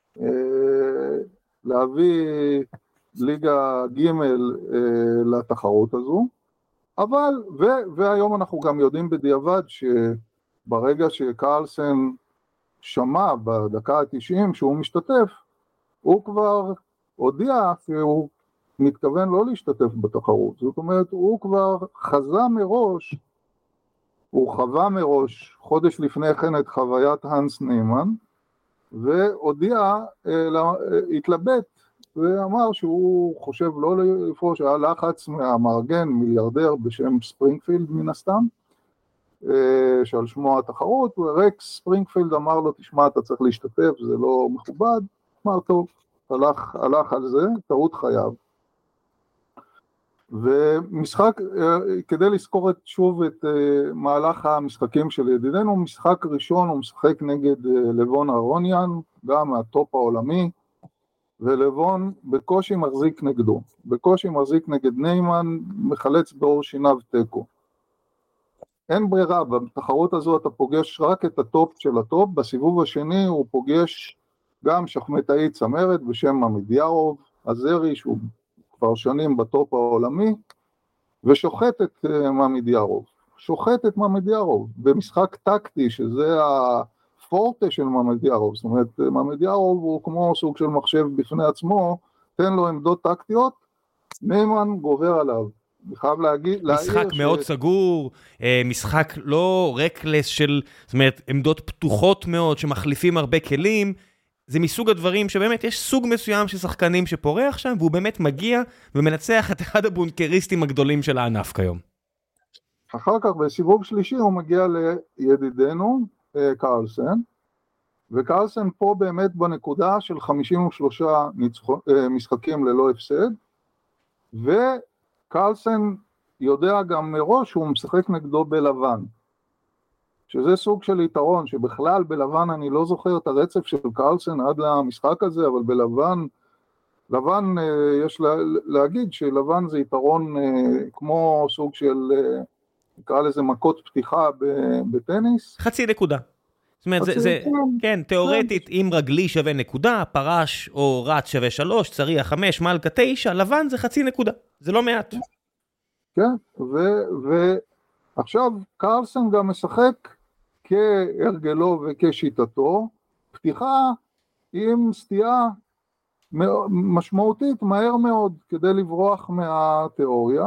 להביא ליגה ג' לתחרות הזו, אבל, ו, והיום אנחנו גם יודעים בדיעבד שברגע שקרלסן שמע בדקה ה-תשעים שהוא משתתף, הוא כבר הודיע שהוא מתכוון לא להשתתף בתחרות. זאת אומרת, הוא כבר חזה מראש, הוא חווה מראש חודש לפני כן את חוויית הנס ניימן, והודיע, התלבט, ואמר שהוא חושב לא לפרוש, היה לחץ מהמארגן, מיליארדר בשם ספרינגפילד מן הסתם, שעל שמו התחרות, ורקס ספרינגפילד אמר לו, תשמע, אתה צריך להשתתף, זה לא מכובד, אמר טוב, הלך, הלך על זה, טעות חייו. ומשחק, כדי לזכור את, שוב את מהלך המשחקים של ידידנו, משחק ראשון הוא משחק נגד לבון אהרוניאן, גם מהטופ העולמי, ולבון בקושי מחזיק נגדו, בקושי מחזיק נגד ניימן, מחלץ באור שיניו טקו. אין ברירה, בתחרות הזו אתה פוגש רק את הטופ של הטופ, בסיבוב השני הוא פוגש גם שחמטאי צמרת בשם ממדיארוב, הזרי שהוא כבר שנים בטופ העולמי, ושוחט את ממדיארוב, שוחט את ממדיארוב, במשחק טקטי שזה הפורטה של ממדיארוב, זאת אומרת ממדיארוב הוא כמו סוג של מחשב בפני עצמו, תן לו עמדות טקטיות, ניימן גובר עליו. חייב להגיד, משחק מאוד ש... סגור, משחק לא רקלס של, זאת אומרת, עמדות פתוחות מאוד, שמחליפים הרבה כלים, זה מסוג הדברים שבאמת יש סוג מסוים של שחקנים שפורח שם, והוא באמת מגיע ומנצח את אחד הבונקריסטים הגדולים של הענף כיום. אחר כך בסיבוב שלישי הוא מגיע לידידנו, קרלסן, וקרלסן פה באמת בנקודה של חמישים ושלושה משחקים ללא הפסד, ו... קרלסן יודע גם מראש שהוא משחק נגדו בלבן, שזה סוג של יתרון, שבכלל בלבן אני לא זוכר את הרצף של קרלסן עד למשחק הזה, אבל בלבן, לבן יש לה, להגיד שלבן זה יתרון כמו סוג של, נקרא לזה מכות פתיחה בטניס. חצי נקודה. זאת אומרת, זה, זה, כן, תיאורטית, אם רגלי שווה נקודה, פרש או רץ שווה שלוש, צריח חמש, מלכה תשע, לבן זה חצי נקודה, זה לא מעט. כן, ועכשיו קרלסן גם משחק כהרגלו וכשיטתו, פתיחה עם סטייה משמעותית מהר מאוד כדי לברוח מהתיאוריה,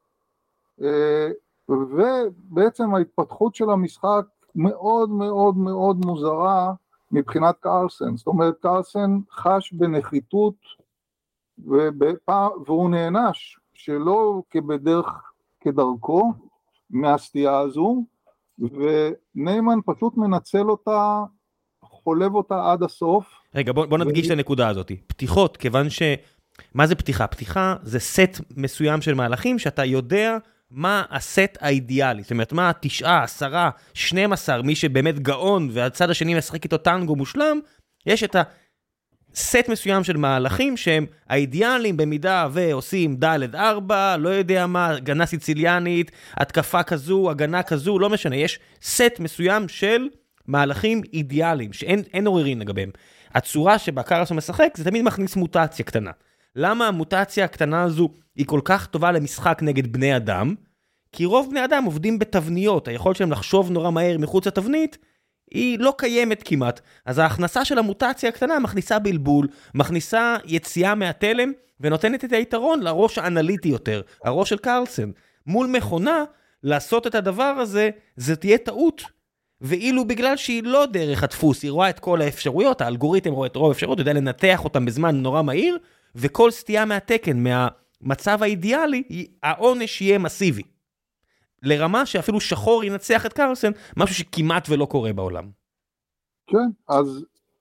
ובעצם ההתפתחות של המשחק מאוד מאוד מאוד מוזרה מבחינת קרלסן, זאת אומרת קרלסן חש בנחיתות ובפע... והוא נענש שלא כבדרך כדרכו מהסטייה הזו, וניימן פשוט מנצל אותה, חולב אותה עד הסוף. רגע בוא, בוא נדגיש ו... את הנקודה הזאת, פתיחות, כיוון ש... מה זה פתיחה? פתיחה זה סט מסוים של מהלכים שאתה יודע מה הסט האידיאלי, זאת אומרת, מה התשעה, עשרה, שנים עשר, מי שבאמת גאון, והצד השני משחק איתו טנגו מושלם, יש את הסט מסוים של מהלכים שהם האידיאליים במידה ועושים ד' ארבע, לא יודע מה, הגנה סיציליאנית, התקפה כזו, הגנה כזו, לא משנה, יש סט מסוים של מהלכים אידיאליים, שאין אין עוררין לגביהם. הצורה שבה קרלסן משחק, זה תמיד מכניס מוטציה קטנה. למה המוטציה הקטנה הזו היא כל כך טובה למשחק נגד בני אדם? כי רוב בני אדם עובדים בתבניות, היכולת שלהם לחשוב נורא מהר מחוץ לתבנית, היא לא קיימת כמעט. אז ההכנסה של המוטציה הקטנה מכניסה בלבול, מכניסה יציאה מהתלם, ונותנת את היתרון לראש האנליטי יותר, הראש של קרלסן. מול מכונה, לעשות את הדבר הזה, זה תהיה טעות. ואילו בגלל שהיא לא דרך הדפוס, היא רואה את כל האפשרויות, האלגוריתם רואה את רוב האפשרויות, יודע לנתח אותם בזמן נורא מהיר, וכל סטייה מהתקן, מהמצב האידיאלי, העונש יהיה מסיבי. לרמה שאפילו שחור ינצח את קרלסן, משהו שכמעט ולא קורה בעולם. כן, אז,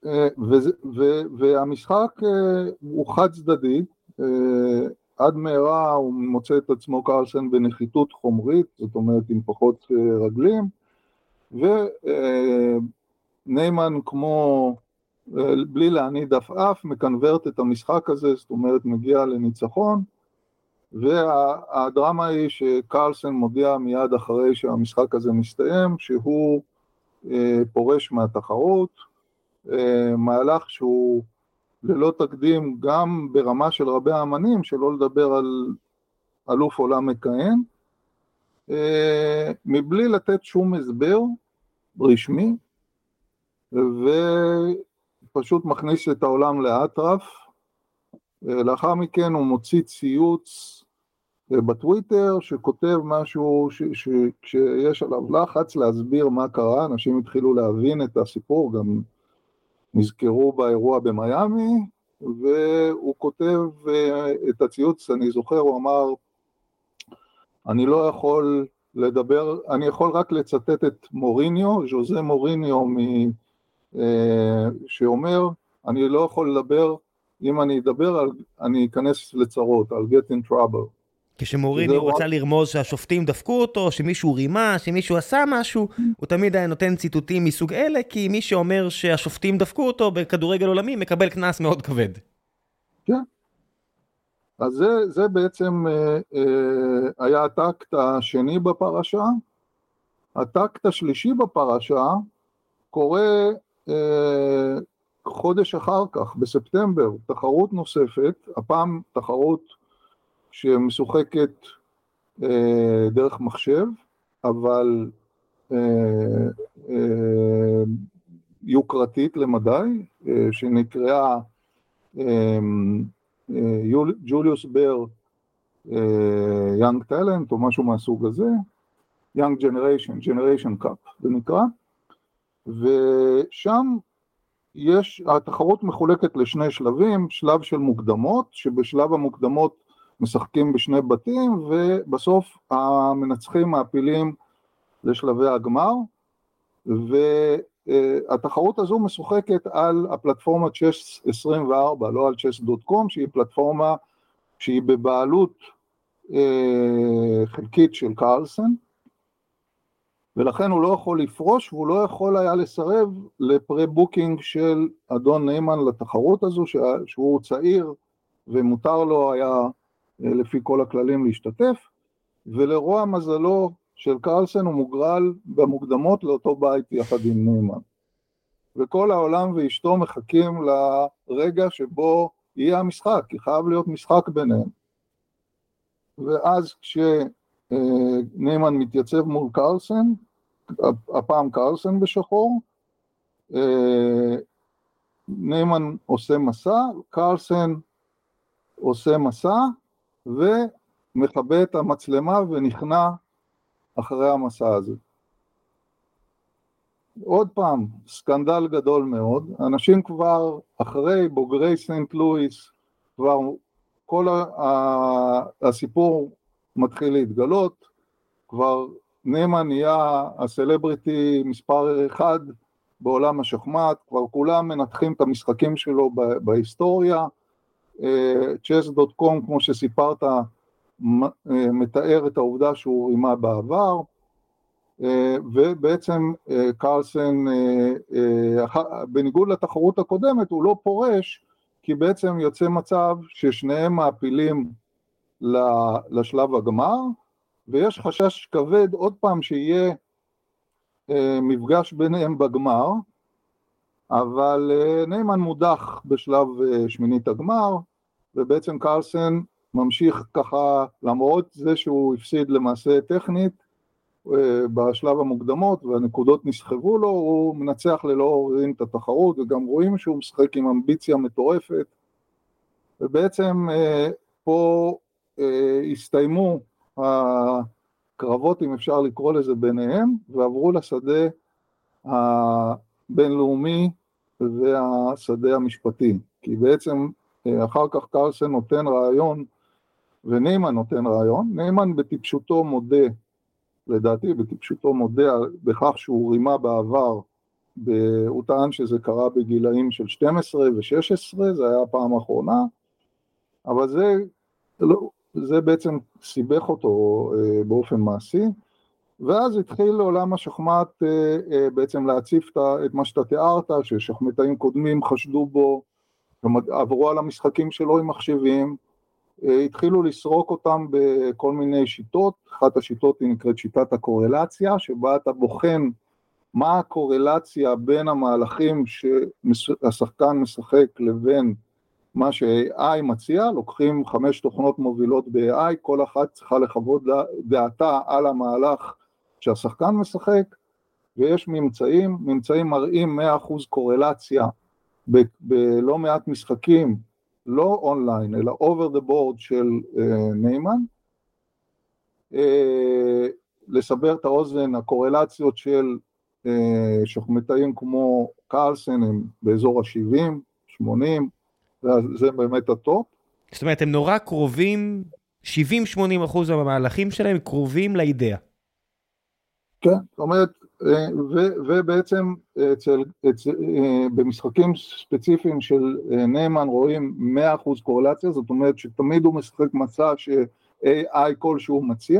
והמשחק הוא חד צדדי, עד מהרה הוא מוצא את עצמו קרלסן בנחיתות חומרית, זאת אומרת עם פחות רגלים, וניימן כמו, בלי להניד אף אף, מקנברט את המשחק הזה, זאת אומרת מגיע לניצחון, והדרמה היא שקרלסן מודיע מיד אחרי שהמשחק הזה מסתיים, שהוא פורש מהתחרות, מהלך שהוא ללא תקדים גם ברמה של רבי האמנים, שלא לדבר על אלוף עולם מכהן, מבלי לתת שום הסבר רשמי, ופשוט מכניס את העולם לאטרף, לאחר מכן הוא מוציא ציוץ בטוויטר שכותב משהו ש, ש, שיש עליו לחץ להסביר מה קרה, אנשים התחילו להבין את הסיפור, גם נזכרו באירוע במיימי, והוא כותב את הציוץ, אני זוכר, הוא אמר, אני לא יכול לדבר, אני יכול רק לצטט את מוריניו, ז'וזה מוריניו, מ, שאומר, אני לא יכול לדבר, אם אני אדבר, אני אכנס לצרות, I'll get in trouble. כשמוריניו רצה לרמוז שהשופטים דפקו אותו, שמישהו רימה, שמישהו עשה משהו, הוא תמיד היה נותן ציטוטים מסוג אלה, כי מי שאומר שהשופטים דפקו אותו בכדורגל עולמי, מקבל קנס מאוד כבד. כן. אז זה, זה בעצם אה, אה, היה הטקט השני בפרשה. הטקט השלישי בפרשה קורה אה, חודש אחר כך, בספטמבר, תחרות נוספת, הפעם תחרות שמשוחקת אה, דרך מחשב, אבל אה, אה, יוקרתית למדי, אה, שנקראה אה, אה, ג'וליוס בר יאנג טלנט, או משהו מהסוג הזה, יאנג ג'נריישן, ג'נריישן קאפ, זה נקרא, ושם יש, התחרות מחולקת לשני שלבים, שלב של מוקדמות, שבשלב המוקדמות משחקים בשני בתים, ובסוף המנצחים מעפילים לשלבי הגמר, והתחרות הזו משוחקת על הפלטפורמה צ'ס עשרים וארבע, לא על צ'ס דוט קום, שהיא פלטפורמה שהיא בבעלות חלקית של קרלסן, ולכן הוא לא יכול לפרוש, והוא לא יכול היה לסרב לפרה-בוקינג של אדון ניימן לתחרות הזו, שהוא צעיר ומותר לו היה לפי כל הכללים להשתתף, ולרוע מזלו של קרלסן הוא מוגרל במוקדמות לאותו בית יחד עם ניימן. וכל העולם ואשתו מחכים לרגע שבו יהיה המשחק, כי חייב להיות משחק ביניהם. ואז כשניימן מתייצב מול קרלסן, הפעם קרלסן בשחור, ניימן עושה מסע, קרלסן עושה מסע, ומכבה את המצלמה ונכנע אחרי המסע הזה. עוד פעם, סקנדל גדול מאוד, אנשים כבר אחרי בוגרי סנט לואיס, כבר כל הסיפור מתחיל להתגלות, כבר ניימן נהיה הסלבריטי מספר אחד בעולם השחמט, כבר כולם מנתחים את המשחקים שלו בהיסטוריה, צ'ס דוט קום כמו שסיפרת מתאר את העובדה שהוא רימה בעבר, ובעצם קרלסן בניגוד לתחרות הקודמת הוא לא פורש, כי בעצם יוצא מצב ששניהם מעפילים לשלב הגמר, ויש חשש כבד עוד פעם שיהיה מפגש ביניהם בגמר, אבל ניימן מודח בשלב שמינית הגמר, ובעצם קרלסן ממשיך ככה, למרות זה שהוא הפסיד למעשה טכנית בשלב המוקדמות, והנקודות נסחבו לו, הוא מנצח ללא עוררין את התחרות, וגם רואים שהוא משחק עם אמביציה מטורפת, ובעצם פה הסתיימו הקרבות, אם אפשר לקרוא לזה ביניהם, ועברו לשדה הבינלאומי והשדה המשפטי, כי בעצם אחר כך קרלסן נותן רעיון, וניימן נותן רעיון, ניימן בטיפשותו מודה, לדעתי בטיפשותו מודה בכך שהוא רימה בעבר, הוא טען שזה קרה בגילאים של שתים עשרה ו-שש עשרה, זה היה הפעם האחרונה, אבל זה, זה בעצם סיבך אותו באופן מעשי, ואז התחיל לעולם השחמט בעצם להציף את מה שאתה תיארת, ששחמטאים קודמים חשדו בו, עברו על המשחקים שלו עם מחשבים, התחילו לסרוק אותם בכל מיני שיטות, אחת השיטות היא נקראת שיטת הקורלציה, שבה אתה בוחן מה הקורלציה בין המהלכים שהשחקן משחק לבין מה ש-איי איי מציע, לוקחים חמש תוכנות מובילות ב-איי איי, כל אחת צריכה לחוות דעתה על המהלך שהשחקן משחק, ויש ממצאים, ממצאים מראים מאה אחוז קורלציה ב- בלא מעט משחקים לא אונליין, אלא over the board של ניימן, לסבר את האוזן, הקורלציות של שחמטאים כמו קרלסן הם באזור ה-שבעים, שמונים, זה באמת הטופ. זאת אומרת, הם נורא קרובים, שבעים שמונים אחוז מהמהלכים שלהם קרובים לאידאה. כן, זאת אומרת, ובעצם אצל, אצל, במשחקים ספציפיים של ניימן רואים מאה אחוז קורלציה, זאת אומרת שתמיד הוא משחק מסע ש-איי איי כלשהו מציע.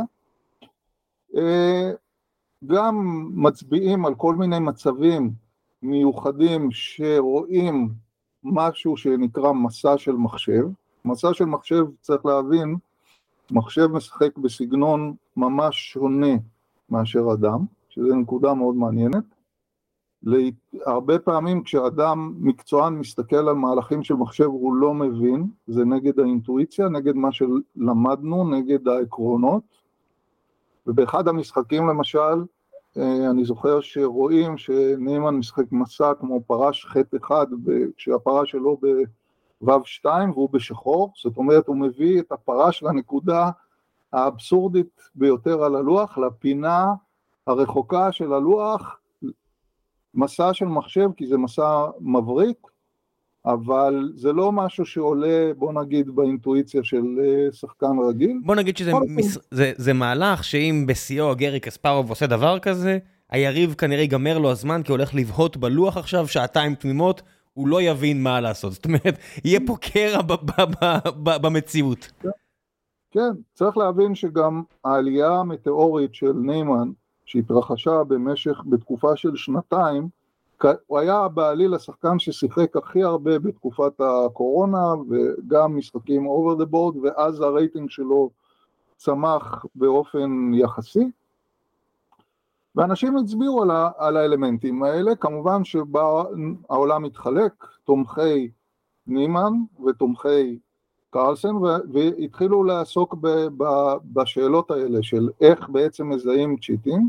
גם מצביעים על כל מיני מצבים מיוחדים שרואים משהו שנקרא מסע של מחשב. מסע של מחשב צריך להבין, מחשב משחק בסגנון ממש שונה מאשר אדם, שזו נקודה מאוד מעניינת. הרבה פעמים כשאדם מקצוען מסתכל על מהלכים של מחשב הוא לא מבין, זה נגד האינטואיציה, נגד מה שלמדנו, נגד העקרונות. ובאחד המשחקים למשל, אני זוכר שרואים שניימן משחק מסע כמו פרש חטא אחד, כשהפרש שלו בוו שתיים והוא בשחור, זאת אומרת הוא מביא את הפרש לנקודה האבסורדית ביותר על הלוח, לפינה הרחוקה של הלוח, מסע של מחשב, כי זה מסע מבריק, אבל זה לא משהו שעולה, בוא נגיד, באינטואיציה של שחקן רגיל. בוא נגיד שזה מס... זה, זה מהלך שאם בסיוע גרי קספרוב עושה דבר כזה, היריב כנראה ייגמר לו הזמן, כי הוא הולך לבהות בלוח עכשיו, שעתיים תמימות, הוא לא יבין מה לעשות. זאת אומרת, יהיה פה קרע ב- ב- ב- ב- במציאות. כן. כן, צריך להבין שגם העלייה המטאורית של ניימן, שהתרחשה במשך, בתקופה של שנתיים, הוא היה בעליל השחקן ששיחק הכי הרבה בתקופת הקורונה, וגם משחקים over the board, ואז הרייטינג שלו צמח באופן יחסי. ואנשים הצביעו על, ה, על האלמנטים האלה, כמובן שהעולם מתחלק, תומכי ניימן ותומכי קרלסן, והתחילו לעסוק ב, ב, בשאלות האלה של איך בעצם מזהים צ'יטים,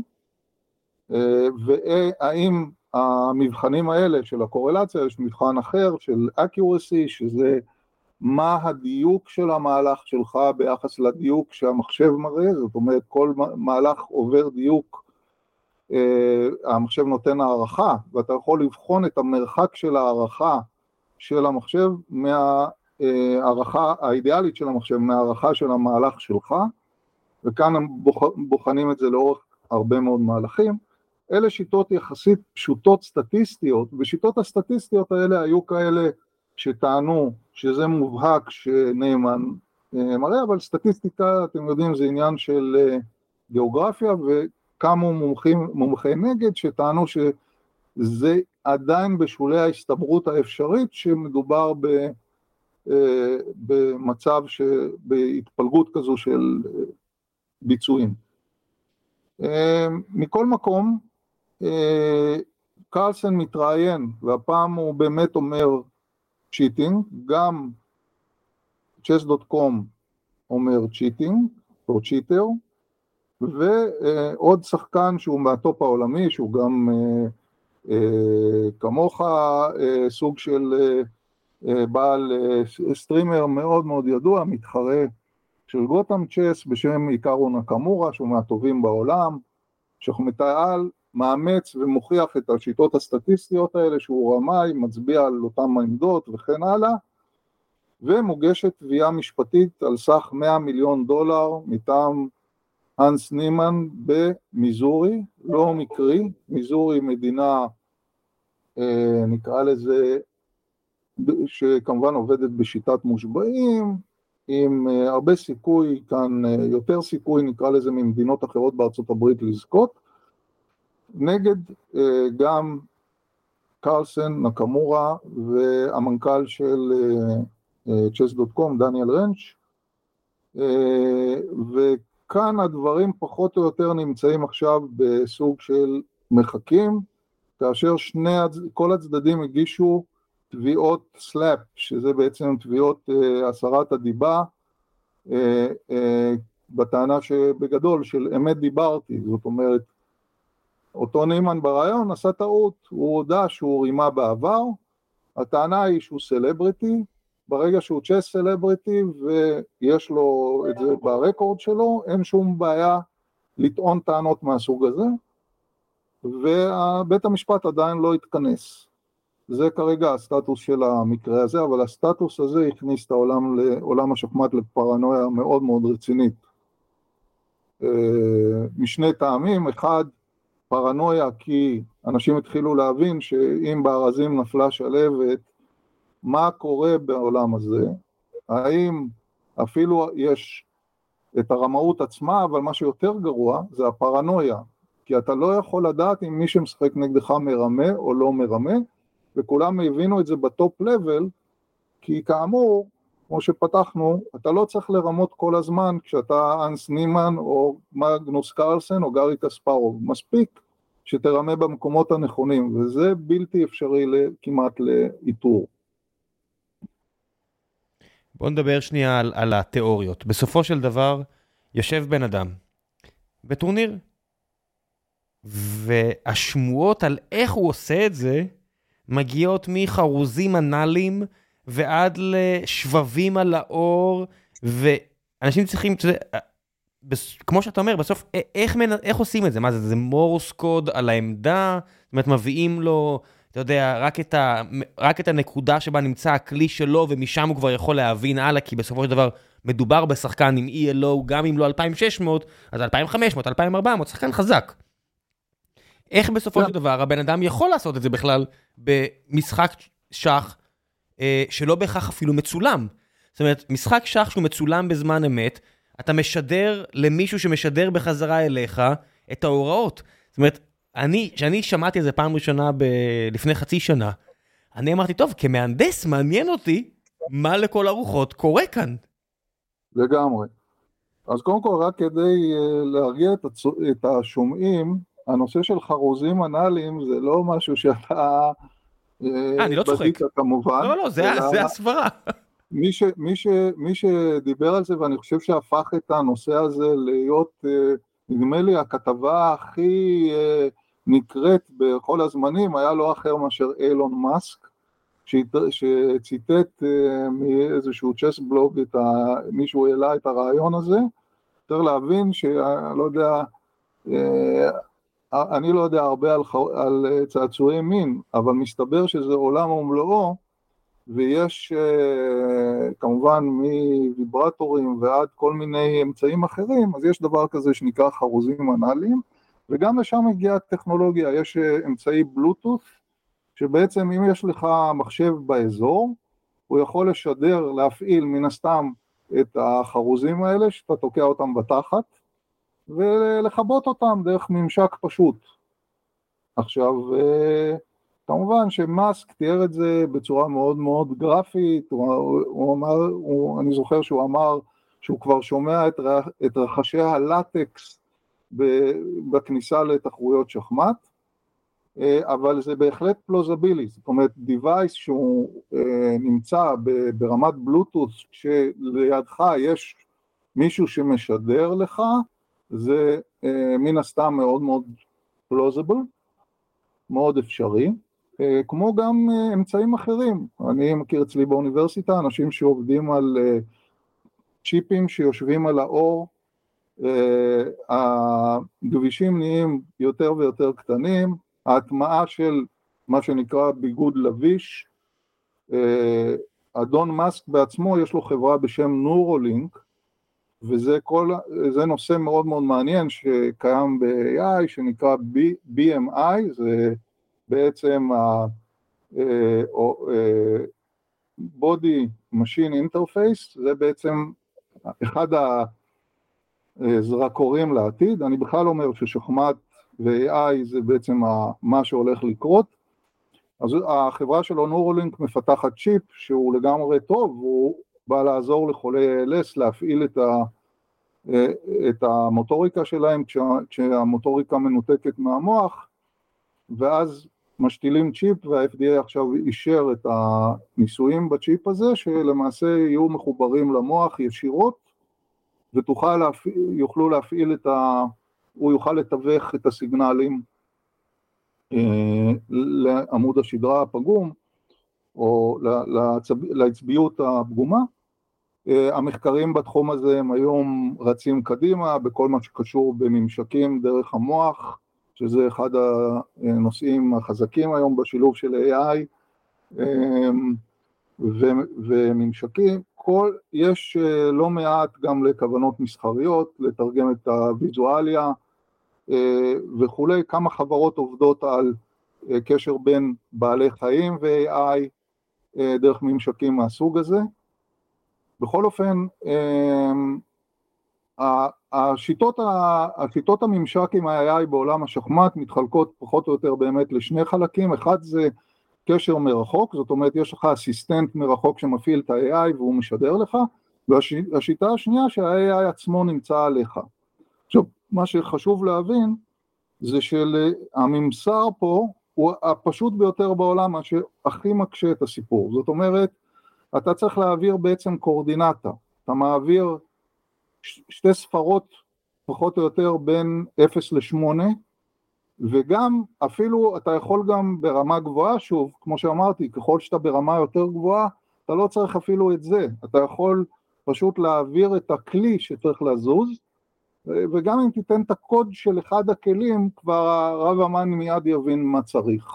והאם המבחנים האלה של הקורלציה, יש מבחן אחר של accuracy, שזה מה הדיוק של המהלך שלך ביחס לדיוק שהמחשב מראה, זאת אומרת כל מהלך עובר דיוק, המחשב נותן הערכה, ואתה יכול לבחון את המרחק של הערכה של המחשב מהערכה האידיאלית של המחשב, מהערכה של המהלך שלך, וכאן הם בוחנים את זה לאורך הרבה מאוד מהלכים. אלה שיטות יחסית פשוטות סטטיסטיות, ושיטות הסטטיסטיות האלה היו כאלה שטענו שזה מובהק שניימן מראה, אבל סטטיסטיקה, אתם יודעים, זה עניין של גיאוגרפיה, וכמו מומחים, מומחי נגד שטענו שזה עדיין בשולי ההסתברות האפשרית, שמדובר ב, במצב, ש, בהתפלגות כזו של ביצועים. מכל מקום, קרלסן מתראיין, והפעם הוא באמת אומר צ'יטינג, גם צ'ס דוט קום אומר צ'יטינג, או צ'יטר, ועוד שחקן שהוא מהטופ העולמי, שהוא גם כמוך סוג של בעל סטרימר מאוד מאוד ידוע, מתחרה של גותם צ'ס בשם איקרו נקמורה, שהוא מהטובים בעולם, שחמטאי על, מאמץ ומוכיח את השיטות הסטטיסטיות האלה, שהוא רמאי, מצביע על אותם העמדות וכן הלאה, ומוגשת תביעה משפטית על סך מאה מיליון דולר מטעם הנס ניימן במיזורי, לא מקרי, מיזורי מדינה, אה, נקרא לזה, שכמובן עובדת בשיטת מושבעים, עם אה, הרבה סיכוי, כאן אה, יותר סיכוי, נקרא לזה ממדינות אחרות בארצות הברית לזכות, נגד אה, גם קרלסן, נקמורה, והמנכ"ל של צ'ס דוט קום, דניאל רנץ', אה, וכאן הדברים פחות או יותר נמצאים עכשיו בסוג של מחכים, כאשר שני, כל הצדדים הגישו תביעות סלאפ, שזה בעצם תביעות אה, הסרת הדיבה, אה, אה, בטענה שבגדול של אמת דיברתי, זאת אומרת, אותו ניימן ברעיון עשה טעות, הוא הודע שהוא רימה בעבר, הטענה היא שהוא סלבריטי, ברגע שהוא צ'ס סלבריטי ויש לו את זה ברקורד שלו, אין שום בעיה לטעון טענות מהסוג הזה, ובית המשפט עדיין לא התכנס. זה כרגע הסטטוס של המקרה הזה, אבל הסטטוס הזה הכניס את העולם לעולם השחמט לפרנויה מאוד מאוד רצינית. משני טעמים, אחד, פרנויה כי אנשים התחילו להבין שאם בארזים נפלה שלבת, מה קורה בעולם הזה? האם אפילו יש את הרמאות עצמה, אבל מה שיותר גרוע זה הפרנויה, כי אתה לא יכול לדעת אם מי שמשחק נגדך מרמה או לא מרמה, וכולם הבינו את זה בטופ לבל, כי כאמור, כמו שפתחנו, אתה לא צריך לרמות כל הזמן כשאתה אנס נימן או מגנוס קרלסן או גארי קספרוב, מספיק שתרמה במקומות הנכונים, וזה בלתי אפשרי כמעט לאיתור. בוא נדבר שנייה על, על התיאוריות. בסופו של דבר, יושב בן אדם בטורניר, והשמועות על איך הוא עושה את זה, מגיעות מחרוזים אנליים, ועד לשבבים על האור, ואנשים צריכים, כמו שאתה אומר, בסוף, איך, איך עושים את זה? מה זה? זה מורס קוד על העמדה? זאת אומרת, מביאים לו, אתה יודע, רק את, ה, רק את הנקודה שבה נמצא הכלי שלו, ומשם הוא כבר יכול להבין הלאה, כי בסופו של דבר מדובר בשחקן עם אי אל או, גם אם לא אלפיים ושש מאות, אז אלפיים וחמש מאות, אלפיים וארבע מאות, שחקן חזק. איך בסופו של דבר הבן אדם יכול לעשות את זה בכלל במשחק שח, שלא בהכרח אפילו מצולם. זאת אומרת, משחק שח שהוא מצולם בזמן אמת, אתה משדר למישהו שמשדר בחזרה אליך את ההוראות. זאת אומרת, אני, שאני שמעתי את זה פעם ראשונה ב... לפני חצי שנה, אני אמרתי, טוב, כמהנדס מעניין אותי מה לכל הרוחות קורה כאן. לגמרי. אז קודם כל, רק כדי להרגיע את, הצ... את השומעים, הנושא של חרוזים אנליים זה לא משהו שאתה... אה, אני לא צוחק. כמובן. לא, לא, זה, אלא... זה הסברה. מי, ש, מי, ש, מי שדיבר על זה, ואני חושב שהפך את הנושא הזה להיות, נדמה לי, הכתבה הכי נקראת בכל הזמנים, היה לא אחר מאשר אילון מאסק, שציטט מאיזשהו צ'ס בלוג, את ה, מישהו העלה את הרעיון הזה, צריך להבין שאני לא יודע, אני לא יודע הרבה על, על צעצועי מין, אבל מסתבר שזה עולם ומלואו, ויש כמובן מוויברטורים ועד כל מיני אמצעים אחרים, אז יש דבר כזה שנקרא חרוזים אנליים, וגם לשם הגיעה הטכנולוגיה, יש אמצעי בלוטות' שבעצם אם יש לך מחשב באזור, הוא יכול לשדר, להפעיל מן הסתם את החרוזים האלה, שאתה תוקע אותם בתחת, ולחבות אותם דרך ממשק פשוט. עכשיו, כמובן שמאסק תיאר את זה בצורה מאוד מאוד גרפית, הוא, הוא אמר, הוא, אני זוכר שהוא אמר שהוא כבר שומע את, את רחשי הלטקס בכניסה לתחרויות שחמט, אבל זה בהחלט פלוזבילי, זאת אומרת, דיווייס שהוא נמצא ברמת בלוטות' שלידך יש מישהו שמשדר לך, זה מן הסתם מאוד מאוד פלוזיבל, מאוד אפשרי, כמו גם אמצעים אחרים. אני מכיר אצלי באוניברסיטה אנשים שעובדים על צ'יפים שיושבים על האור, הגבישים נהיים יותר ויותר קטנים, ההטמעה של מה שנקרא ביגוד לביש, אדון מאסק בעצמו יש לו חברה בשם נורולינק, וזה כל, זה נושא מאוד מאוד מעניין שקיים ב-איי איי שנקרא בי אם איי, זה בעצם ה body machine interface, זה בעצם אחד הזרקורים לעתיד. אני בכלל אומר ששחמט ו-איי איי זה בעצם מה שהולך לקרות. אז החברה שלו נורולינק מפתחת צ'יפ שהוא לגמרי טוב, והוא בא לעזור לחולי איי אל אס להפעיל את, ה, את המוטוריקה שלהם כשהמוטוריקה מנותקת מהמוח, ואז משתילים צ'יפ, וה-אף די איי עכשיו אישר את הניסויים בצ'יפ הזה, שלמעשה יהיו מחוברים למוח ישירות, ותוכל להפעיל, יוכלו להפעיל את ה... הוא יוכל לתווך את הסיגנלים אה, לעמוד השדרה הפגום, או לעצביות הפגומה. המחקרים בתחום הזה הם היום רצים קדימה, בכל מה שקשור בממשקים דרך המוח, שזה אחד הנושאים החזקים היום בשילוב של איי איי, וממשקים. כל, יש לא מעט גם לכוונות מסחריות, לתרגם את הוויזואליה וכולי, כמה חברות עובדות על קשר בין בעלי חיים ו-איי איי דרך ממשקים מהסוג הזה. בכל אופן, השיטות, השיטות הממשק עם ה-איי איי בעולם השחמט מתחלקות פחות או יותר באמת לשני חלקים. אחד זה קשר מרחוק, זאת אומרת יש לך אסיסטנט מרחוק שמפעיל את ה-איי איי והוא משדר לך, והשיטה השנייה שה-איי איי עצמו נמצא עליך. עכשיו, מה שחשוב להבין זה שהממסר פה הוא הפשוט ביותר בעולם, מה שהכי מקשה את הסיפור. זאת אומרת, אתה צריך להעביר בעצם קורדינטה, אתה מעביר שתי ספרות פחות או יותר בין אפס לשמונה, וגם אפילו אתה יכול גם ברמה גבוהה, שוב, כמו שאמרתי, ככל שאתה ברמה יותר גבוהה, אתה לא צריך אפילו את זה, אתה יכול פשוט להעביר את הכלי שצריך לזוז, וגם אם תיתן את הקוד של אחד הכלים, כבר הרב אמן מיד יבין מה צריך.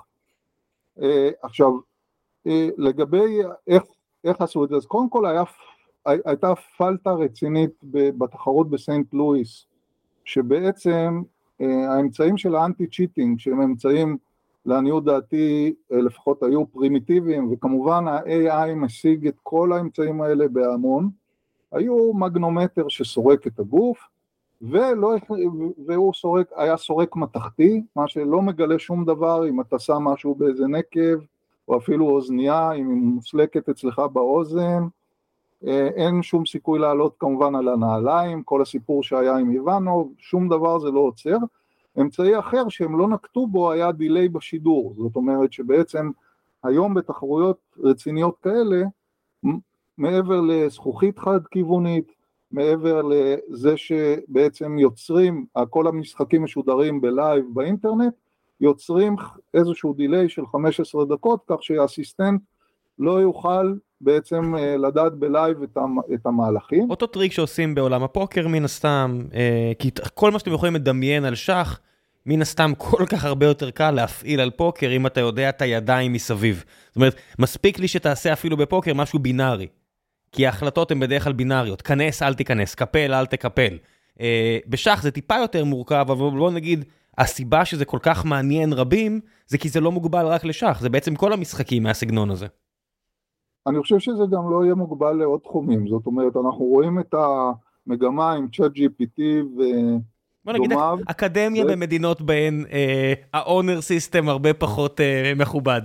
עכשיו, לגבי איך, איך עשו את זה, אז קודם כל היה, הייתה פלטה רצינית בתחרות בסנט לואיס, שבעצם האמצעים של האנטי צ'יטינג, שהם אמצעים לעניות דעתי לפחות היו פרימיטיביים, וכמובן ה-איי איי משיג את כל האמצעים האלה בהמון, היו מגנומטר שסורק את הגוף, ולא, והוא סורק, היה סורק מתחתי, מה שלא מגלה שום דבר אם אתה שם משהו באיזה נקב, או אפילו אוזנייה, אם היא מוסלקת אצלך באוזן, אין שום סיכוי לעלות כמובן על הנעליים, כל הסיפור שהיה עם איוונוב, שום דבר זה לא עוצר. אמצעי אחר שהם לא נקטו בו היה דיליי בשידור, זאת אומרת שבעצם היום בתחרויות רציניות כאלה, מעבר לזכוכית חד כיוונית, מעבר לזה שבעצם יוצרים, כל המשחקים משודרים בלייב באינטרנט, יוצרים איזשהו דיליי של חמש עשרה דקות, כך שהאסיסטנט לא יוכל בעצם לדעת בלייב את המהלכים. אותו טריק שעושים בעולם הפוקר מן הסתם, כי כל מה שאתם יכולים לדמיין על שח, מן הסתם כל כך הרבה יותר קל להפעיל על פוקר, אם אתה יודע את הידיים מסביב. זאת אומרת, מספיק לי שתעשה אפילו בפוקר משהו בינארי. כי ההחלטות הן בדרך כלל בינאריות, כנס אל תיכנס, קפל אל תקפל. אה, בשח זה טיפה יותר מורכב, אבל בוא נגיד, הסיבה שזה כל כך מעניין רבים, זה כי זה לא מוגבל רק לשח, זה בעצם כל המשחקים מהסגנון הזה. אני חושב שזה גם לא יהיה מוגבל לעוד תחומים, זאת אומרת, אנחנו רואים את המגמה עם צ'אט ג'י פי טי ודומיו. בוא נגיד, אקדמיה ו... במדינות בהן אה, ה-owner system הרבה פחות אה, מכובד.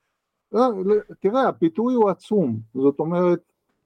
תראה, הפיתוי הוא עצום, זאת אומרת,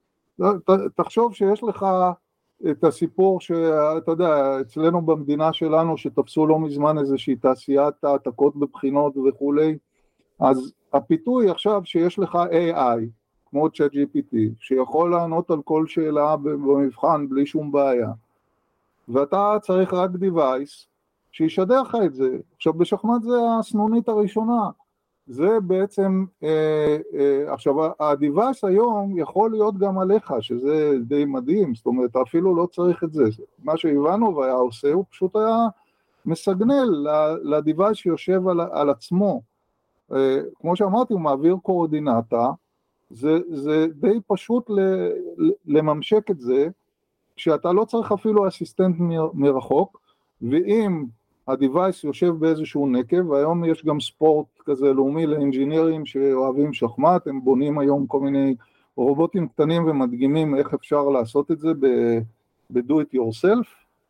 תחשוב שיש לך את הסיפור שאתה יודע, אצלנו במדינה שלנו שתפסו לא מזמן איזושהי תעשיית העתקות בבחינות וכולי, אז הפיתוי עכשיו שיש לך איי איי, כמו צ'אט ג'י פי טי, שיכול לענות על כל שאלה במבחן בלי שום בעיה, ואתה צריך רק דיווייס שישדר לך את זה. עכשיו בשחמט זה הסנונית הראשונה, זה בעצם, אה, אה, עכשיו הדיווייס היום יכול להיות גם עליך, שזה די מדהים, זאת אומרת אפילו לא צריך את זה, מה שאיוונוב היה עושה, הוא פשוט היה מסגנל לדיווייס שיושב על, על עצמו, אה, כמו שאמרתי הוא מעביר קורדינטה, זה, זה די פשוט ל, לממשק את זה, שאתה לא צריך אפילו אסיסטנט מרחוק, ואם הדיווייס יושב באיזשהו נקב, והיום יש גם ספורט כזה לאומי לאנג'ינירים שאוהבים שחמט, הם בונים היום כל מיני רובוטים קטנים ומדגימים איך אפשר לעשות את זה ב-do it yourself.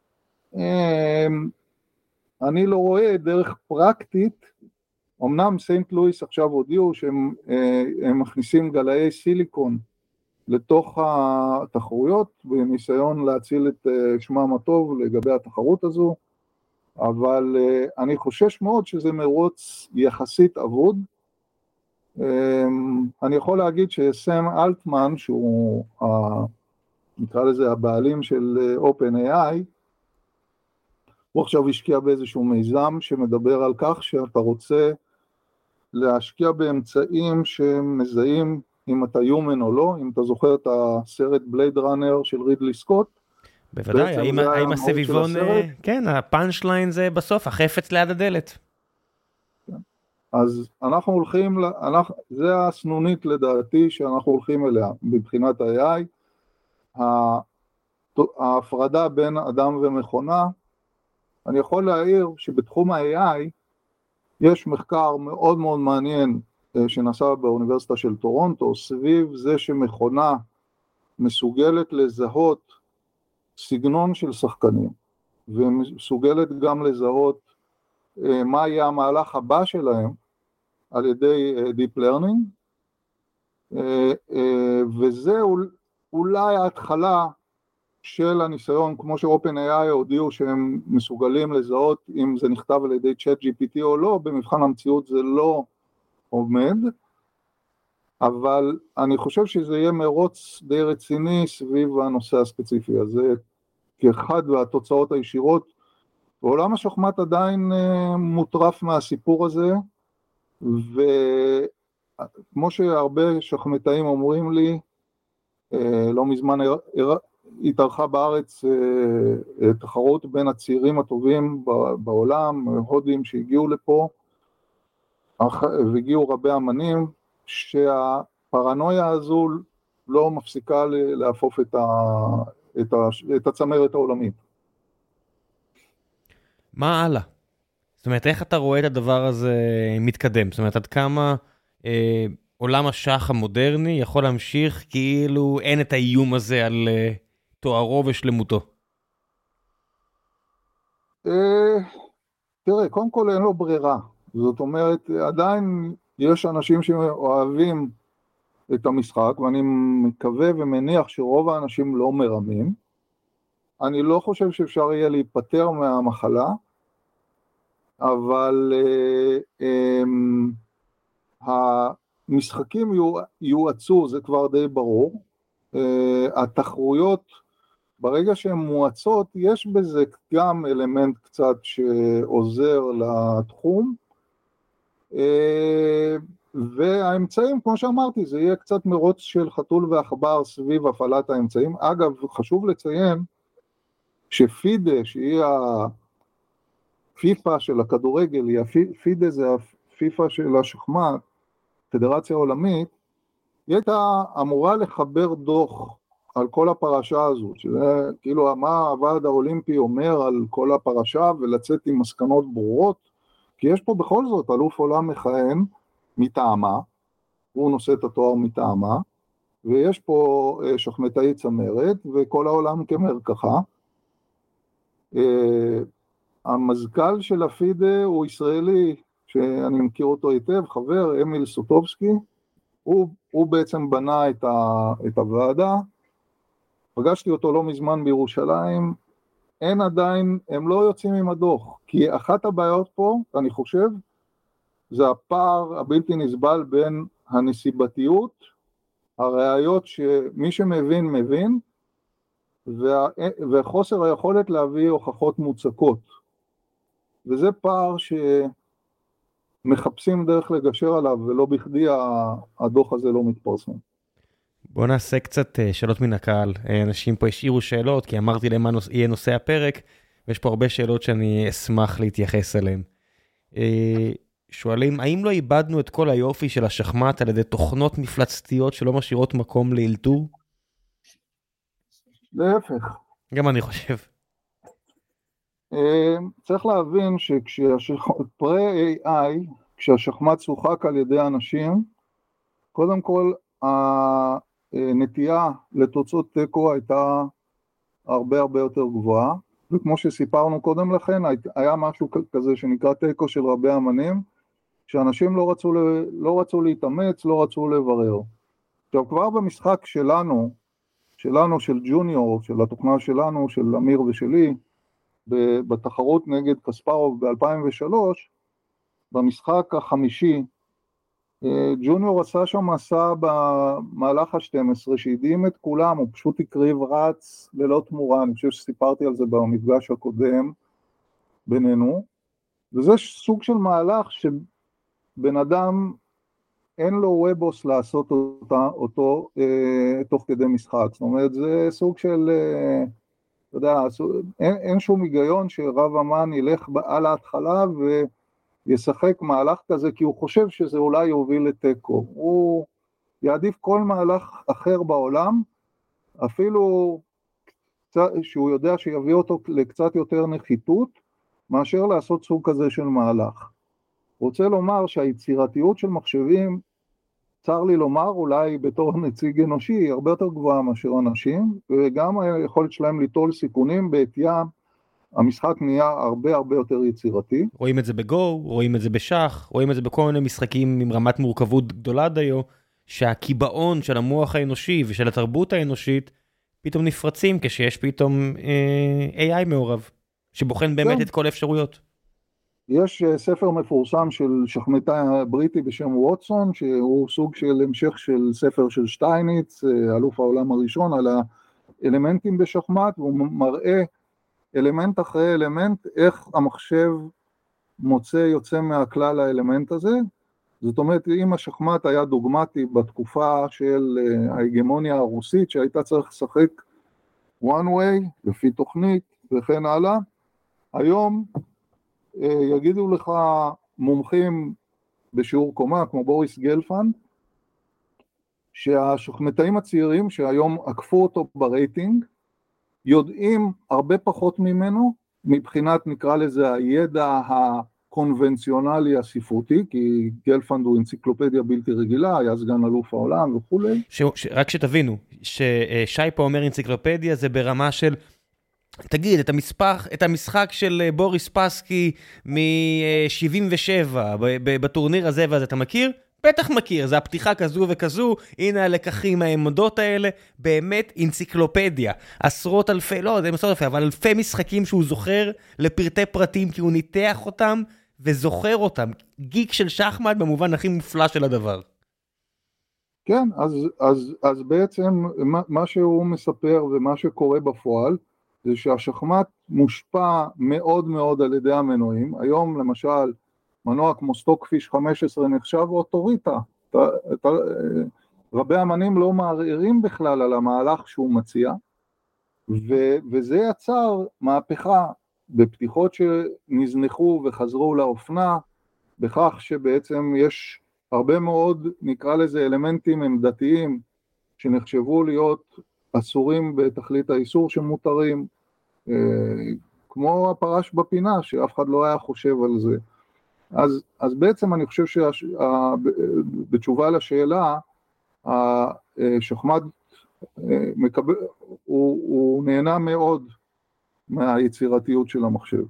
אני לא רואה דרך פרקטית, אמנם סנט לואיס עכשיו הודיעו שהם מכניסים גלאי סיליקון לתוך התחרויות, בניסיון להציל את שמם הטוב לגבי התחרות הזו, אבל uh, אני חושש מאוד שזה מרוץ יחסית אבוד. Um, אני יכול להגיד שסם אלטמן, שהוא uh, נקרא לזה הבעלים של OpenAI, הוא עכשיו השקיע באיזשהו מיזם שמדבר על כך שאתה רוצה להשקיע באמצעים שמזהים אם אתה יומן או לא, אם אתה זוכר את הסרט בלייד ראנר של רידלי סקוט. בוודאי, האם, האם הסביבון, כן, הפאנץ' ליין זה בסוף, החפץ ליד הדלת. אז אנחנו הולכים, אנחנו, זה הסנונית לדעתי שאנחנו הולכים אליה, מבחינת ה-איי איי, ההפרדה בין אדם ומכונה. אני יכול להעיר שבתחום ה-איי איי, יש מחקר מאוד מאוד מעניין שנעשה באוניברסיטה של טורונטו, סביב זה שמכונה מסוגלת לזהות סגנון של שחקנים, ומסוגלת גם לזהות מה יהיה המהלך הבא שלהם על ידי Deep Learning, וזה אולי ההתחלה של הניסיון, כמו ש-OpenAI הודיעו שהם מסוגלים לזהות אם זה נכתב על ידי ChatGPT או לא, במבחן המציאות זה לא עומד, אבל אני חושב שזה יהיה מרוץ די רציני סביב הנושא הספציפי הזה, כאחד והתוצאות הישירות, ועולם השחמט עדיין מוטרף מהסיפור הזה, וכמו שהרבה שחמטאים אומרים לי, לא מזמן התארחה בארץ תחרות בין הצעירים הטובים בעולם, הודים שהגיעו לפה, והגיעו רבי אמנים, שהפרנויה הזו לא מפסיקה להפוף את, ה, את, ה, את הצמרת העולמית. מה הלאה? זאת אומרת, איך אתה רואה את הדבר הזה מתקדם? זאת אומרת, עד כמה אה, עולם השח המודרני יכול להמשיך כאילו אין את האיום הזה על אה, תוארו ושלמותו? אה, תראה, קודם כל אין לו ברירה. זאת אומרת, עדיין יש אנשים שאוהבים את המשחק, ואני מקווה ומניח שרוב האנשים לא מרמים. אני לא חושב שאפשר יהיה להיפטר מהמחלה, אבל אה, אה, המשחקים יועצו, זה כבר די ברור. אה, התחרויות, ברגע שהן מועצות, יש בזה גם אלמנט קצת שעוזר לתחום, אה, והאמצעים, כמו שאמרתי, זה יהיה קצת מרוץ של חתול ועכבר סביב הפעלת האמצעים. אגב, חשוב לציין שפידה, שהיא הפיפה של הכדורגל, היא הפידה זה הפיפה של השחמט, פדרציה עולמית, היא הייתה אמורה לחבר דוח על כל הפרשה הזאת, שזה כאילו מה הוועד האולימפי אומר על כל הפרשה, ולצאת עם מסקנות ברורות, כי יש פה בכל זאת אלוף עולם מכהן מטעמה, הוא נושא את התואר מטעמה, ויש פה שחמטאי צמרת, וכל העולם כמרקחה. המזכ"ל של הפידה הוא ישראלי, שאני מכיר אותו היטב, חבר, אמיל סוטובסקי, הוא, הוא בעצם בנה את, ה, את הוועדה, פגשתי אותו לא מזמן בירושלים, אין עדיין, הם לא יוצאים עם הדוח, כי אחת הבעיות פה, אני חושב, זה הפער הבלתי נסבל בין הנסיבתיות, הראיות שמי שמבין מבין, וה, וחוסר היכולת להביא הוכחות מוצקות. וזה פער שמחפשים דרך לגשר עליו, ולא בכדי הדוח הזה לא מתפרסם. בואו נעשה קצת שאלות מן הקהל. אנשים פה השאירו שאלות, כי אמרתי להם מה יהיה נושא הפרק, ויש פה הרבה שאלות שאני אשמח להתייחס אליהן. שואלים, האם לא איבדנו את כל היופי של השחמט על ידי תוכנות מפלצתיות שלא משאירות מקום לאלתור? להפך. גם אני חושב. צריך להבין שפרה-איי איי, כשהשחמט שוחק על ידי אנשים, קודם כל הנטייה לתוצאות טקו הייתה הרבה הרבה יותר גבוהה, וכמו שסיפרנו קודם לכן, היה משהו כזה שנקרא טקו של רבי אמנים, שאנשים לא רצו, לא רצו להתאמץ, לא רצו לברר. עכשיו כבר במשחק שלנו, שלנו של ג'וניור, של התוכנה שלנו, של אמיר ושלי, בתחרות נגד קספרוב ב-אלפיים ושלוש, במשחק החמישי, ג'וניור עשה שם מסע במהלך ה-שתים עשרה, שהדהים את כולם, הוא פשוט הקריב רץ ללא תמורה, אני חושב שסיפרתי על זה במפגש הקודם בינינו, וזה סוג של מהלך בן אדם אין לו וובוס לעשות אותה, אותו אה, תוך כדי משחק, זאת אומרת זה סוג של, אה, אתה יודע, סוג, אין, אין שום היגיון שרב אמן ילך על ההתחלה וישחק מהלך כזה, כי הוא חושב שזה אולי יוביל לטקו, הוא יעדיף כל מהלך אחר בעולם, אפילו שהוא יודע שיביא אותו לקצת יותר נחיתות, מאשר לעשות סוג כזה של מהלך. רוצה לומר שהיצירתיות של מחשבים, צר לי לומר, אולי בתור נציג אנושי, היא הרבה יותר גבוהה מאשר אנשים, וגם היכולת שלהם ליטול סיכונים בעטייה, המשחק נהיה הרבה הרבה יותר יצירתי. רואים את זה בגו, רואים את זה בשח, רואים את זה בכל מיני משחקים עם רמת מורכבות גדולה דיו, שהקיבעון של המוח האנושי ושל התרבות האנושית, פתאום נפרצים כשיש פתאום אה, איי איי מעורב, שבוחן באמת כן. את כל האפשרויות. יש ספר מפורסם של שחמטאי בריטי בשם ווטסון, שהוא סוג של המשך של ספר של שטייניץ, אלוף העולם הראשון, על האלמנטים בשחמט, והוא מראה אלמנט אחרי אלמנט, איך המחשב מוצא יוצא מהכלל האלמנט הזה. זאת אומרת, אם השחמט היה דוגמטי בתקופה של ההגמוניה הרוסית, שהייתה צריך לשחק one way, לפי תוכנית וכן הלאה, היום יגידו לך מומחים בשיעור קומה, כמו בוריס גלפן, שהשחמטאים הצעירים שהיום עקפו אותו ברייטינג, יודעים הרבה פחות ממנו, מבחינת נקרא לזה הידע הקונבנציונלי הספרותי, כי גלפן הוא אנציקלופדיה בלתי רגילה, היה סגן אלוף העולם וכו'. ש... ש... רק שתבינו, ששי פה אומר אנציקלופדיה זה ברמה של, תגיד, את המשחק, את המשחק של בוריס פסקי מ-שבעים ושבע, בטורניר הזה והזה, אתה מכיר? בטח מכיר, זה הפתיחה כזו וכזו, הנה הלקחים העמדות האלה, באמת אנציקלופדיה, עשרות אלפי, לא, זה עשרות אלפי, אבל אלפי משחקים שהוא זוכר לפרטי פרטים, כי הוא ניתח אותם וזוכר אותם, גיק של שחמט במובן הכי מופלא של הדבר. כן, אז, אז, אז בעצם מה, מה שהוא מספר ומה שקורה בפועל, זה שהשחמט מושפע מאוד מאוד על ידי המנועים, היום למשל, מנוע כמו סטוקפיש חמש עשרה נחשב אוטוריטה, אתה, אתה, רבי אמנים לא מערערים בכלל על המהלך שהוא מציע, ו, וזה יצר מהפכה בפתיחות שנזנחו וחזרו לאופנה, בכך שבעצם יש הרבה מאוד, נקרא לזה אלמנטים עמדתיים, שנחשבו להיות אסורים בתכלית האיסור שמותרים, כמו הפרש בפינה, שאף אחד לא היה חושב על זה. אז, אז בעצם אני חושב שבתשובה לשאלה, השחמט מקבל, הוא, הוא נהנה מאוד מהיצירתיות של המחשב.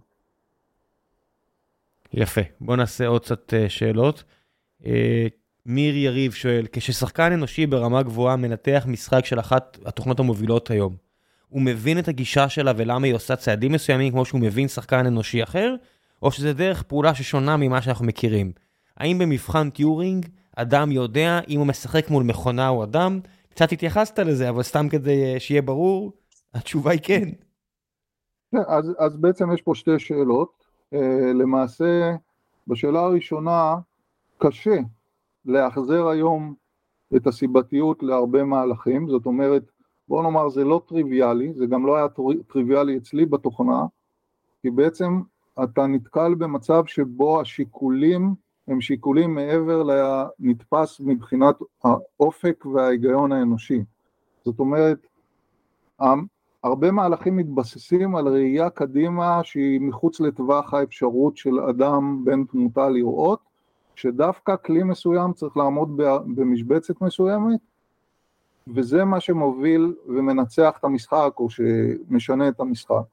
יפה, בוא נעשה עוד קצת שאלות. מיר יריב שואל, כששחקן אנושי ברמה גבוהה מנתח משחק של אחת התוכנות המובילות היום, הוא מבין את הגישה שלה ולמה היא עושה צעדים מסוימים כמו שהוא מבין שחקן אנושי אחר, או שזה דרך פעולה ששונה ממה שאנחנו מכירים? האם במבחן טיורינג אדם יודע אם הוא משחק מול מכונה או אדם? קצת התייחסת לזה, אבל סתם כדי שיהיה ברור, התשובה היא כן. אז, אז בעצם יש פה שתי שאלות. למעשה, בשאלה הראשונה, קשה להחזר היום את הסיבתיות להרבה מהלכים, זאת אומרת, בוא נאמר, זה לא טריוויאלי, זה גם לא היה טריוויאלי אצלי בתוכנה, כי בעצם אתה נתקל במצב שבו השיקולים הם שיקולים מעבר לנתפס מבחינת האופק וההיגיון האנושי. זאת אומרת, הרבה מהלכים מתבססים על ראייה קדימה שהיא מחוץ לטווח האפשרות של אדם בין תמותה לראות, שדווקא כלי מסוים צריך לעמוד במשבצת מסוימת, וזה מה שמוביל ומנצח את המשחק או שמשנה את המשחק.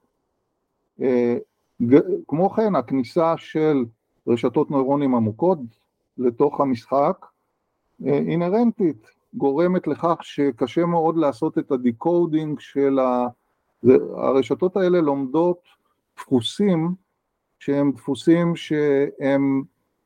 כמו כן, הכניסה של רשתות נוירונים עמוקות לתוך המשחק, אינרנטית, גורמת לכך שקשה מאוד לעשות את הדיקודינג של ה... הרשתות האלה לומדות דפוסים, שהם דפוסים שהם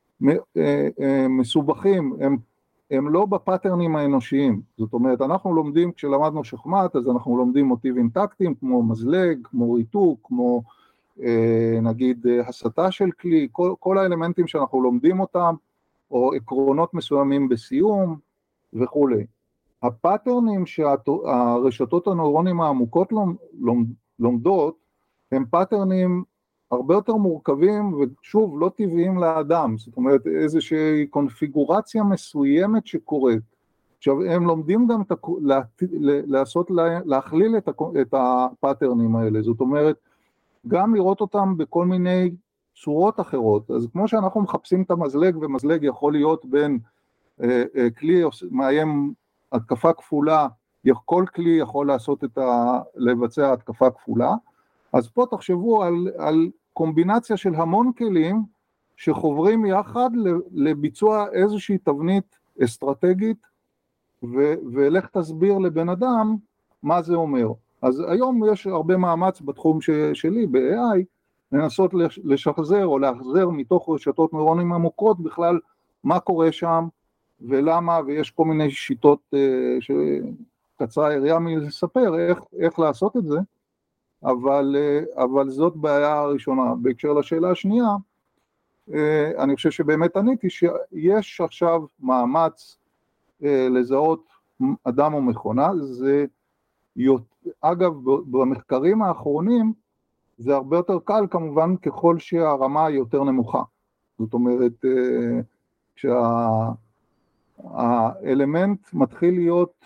מסובכים, הם, הם לא בפאטרנים האנושיים. זאת אומרת, אנחנו לומדים, כשלמדנו שחמט, אז אנחנו לומדים מוטיבים טקטיים, כמו מזלג, כמו ריתוק, כמו נגיד הסתה של כלי, כל, כל האלמנטים שאנחנו לומדים אותם, או עקרונות מסוימים בסיום וכו'. הפאטרנים שהרשתות הנוירונים העמוקות לומדות, הם פאטרנים הרבה יותר מורכבים, ושוב, לא טבעיים לאדם, זאת אומרת, איזושהי קונפיגורציה מסוימת שקורית. עכשיו, הם לומדים גם לעשות, להכליל את הפאטרנים האלה, זאת אומרת, גם לראות אותם בכל מיני צורות אחרות. אז כמו שאנחנו מחפשים את המזלג, ומזלג יכול להיות בין אה, אה, כלי מאיים התקפה כפולה, כל כלי יכול לעשות את ה... לבצע התקפה כפולה, אז פה תחשבו על, על קומבינציה של המון כלים, שחוברים יחד לביצוע איזושהי תבנית אסטרטגית, ו, ולך תסביר לבן אדם מה זה אומר. אז היום יש הרבה מאמץ בתחום ש, שלי, ב-איי איי, לנסות לשחזר או להחזר מתוך רשתות נוירונים עמוקות בכלל מה קורה שם ולמה, ויש כל מיני שיטות שקצרה היריעה מלספר איך, איך לעשות את זה, אבל, אבל זאת בעיה הראשונה. בהקשר לשאלה השנייה, אני חושב שבאמת עניתי שיש עכשיו מאמץ לזהות אדם או מכונה, זה, אגב, במחקרים האחרונים, זה הרבה יותר קל כמובן ככל שהרמה היא יותר נמוכה. זאת אומרת, כשהאלמנט מתחיל להיות,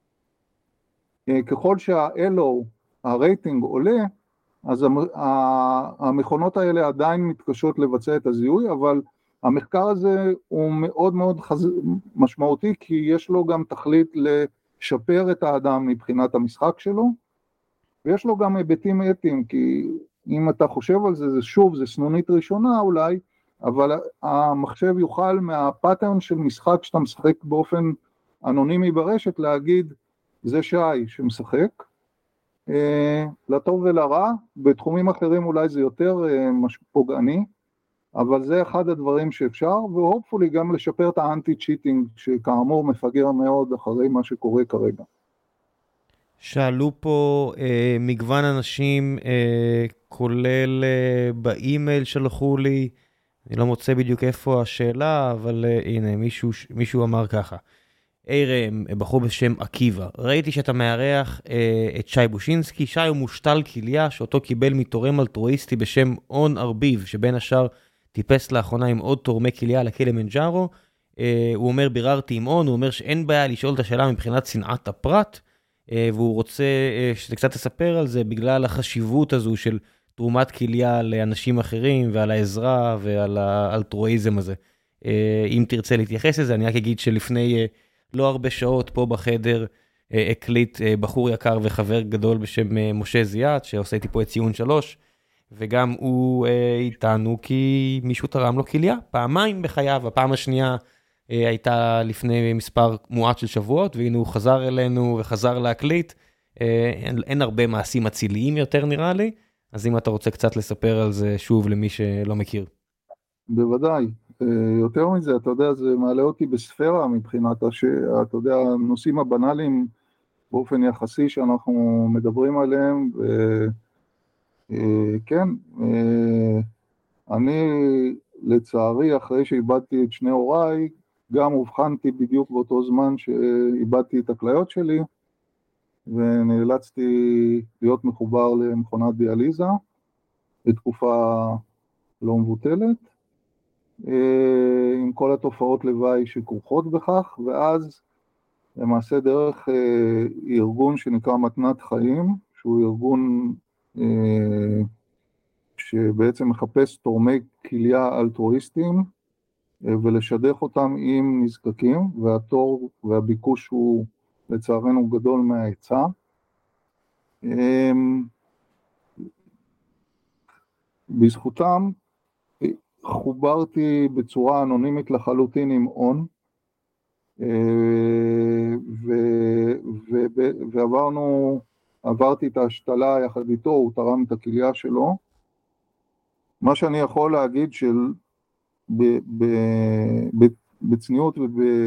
ככל שה-אל או, הרייטינג עולה, אז המכונות האלה עדיין מתקשות לבצע את הזיהוי, אבל המחקר הזה הוא מאוד מאוד חז... משמעותי, כי יש לו גם תכלית לשפר את האדם מבחינת המשחק שלו, ויש לו גם היבטים אתיים, כי אם אתה חושב על זה, זה שוב, זה סנונית ראשונה אולי, אבל המחשב יוכל מהפאטרן של משחק שאתה משחק באופן אנונימי ברשת, להגיד, זה שי שמשחק, לטוב ולרע, בתחומים אחרים אולי זה יותר משהו פוגעני, אבל זה אחד הדברים שאפשר, והופפולי גם לשפר את האנטי-צ'יטינג, שכאמור מפגר מאוד אחרי מה שקורה כרגע. שאלו פה אה, מגוון אנשים, אה, כולל אה, באימייל שלחו לי, אני לא מוצא בדיוק איפה השאלה, אבל אה, הנה, מישהו, מישהו אמר ככה. היי ראם, בחור בשם עקיבא, ראיתי שאתה מארח אה, את שי בושינסקי. שי הוא מושתל כליה שאותו קיבל מתורם אלטרואיסטי בשם און ארביב, שבין השאר טיפס לאחרונה עם עוד תורמי כליה לקילימנג'ארו. אה, הוא אומר, ביררתי עם און, הוא אומר שאין בעיה לשאול את השאלה מבחינת צנעת הפרט, אה, והוא רוצה אה, שזה קצת תספר על זה, בגלל החשיבות הזו של תרומת כליה לאנשים אחרים, ועל העזרה ועל האלטרואיזם הזה. אה, אם תרצה להתייחס לזה, אני רק אגיד שלפני... אה, לא הרבה שעות פה בחדר הקליט בחור יקר וחבר גדול בשם משה זיאת, שעושה איתי פה את ציון שלוש, וגם הוא איתנו כי מישהו תרם לו כליה, פעמיים בחייו. הפעם השנייה הייתה לפני מספר מועט של שבועות, והנה הוא חזר אלינו וחזר להקליט. אין, אין הרבה מעשים אציליים יותר נראה לי, אז אם אתה רוצה קצת לספר על זה שוב למי שלא מכיר. בוודאי. יותר מזה, אתה יודע, זה מעלה אותי בספירה מבחינת, הש... אתה יודע, הנושאים הבנאליים באופן יחסי שאנחנו מדברים עליהם, וכן, אני לצערי, אחרי שאיבדתי את שני הוריי, גם הובחנתי בדיוק באותו זמן שאיבדתי את הכליות שלי, ונאלצתי להיות מחובר למכונת דיאליזה, לתקופה לא מבוטלת, עם כל התופעות לוואי שכרוכות בכך, ואז למעשה דרך ארגון שנקרא מתנת חיים, שהוא ארגון שבעצם מחפש תורמי כליה אלטרואיסטים, ולשדך אותם עם נזקקים, והתור והביקוש הוא לצערנו גדול מההיצע. בזכותם חוברתי בצורה אנונימית לחלוטין עם און, ועברנו, עברתי את ההשתלה יחד איתו, הוא תרם את הכליה שלו. מה שאני יכול להגיד של, בצניעות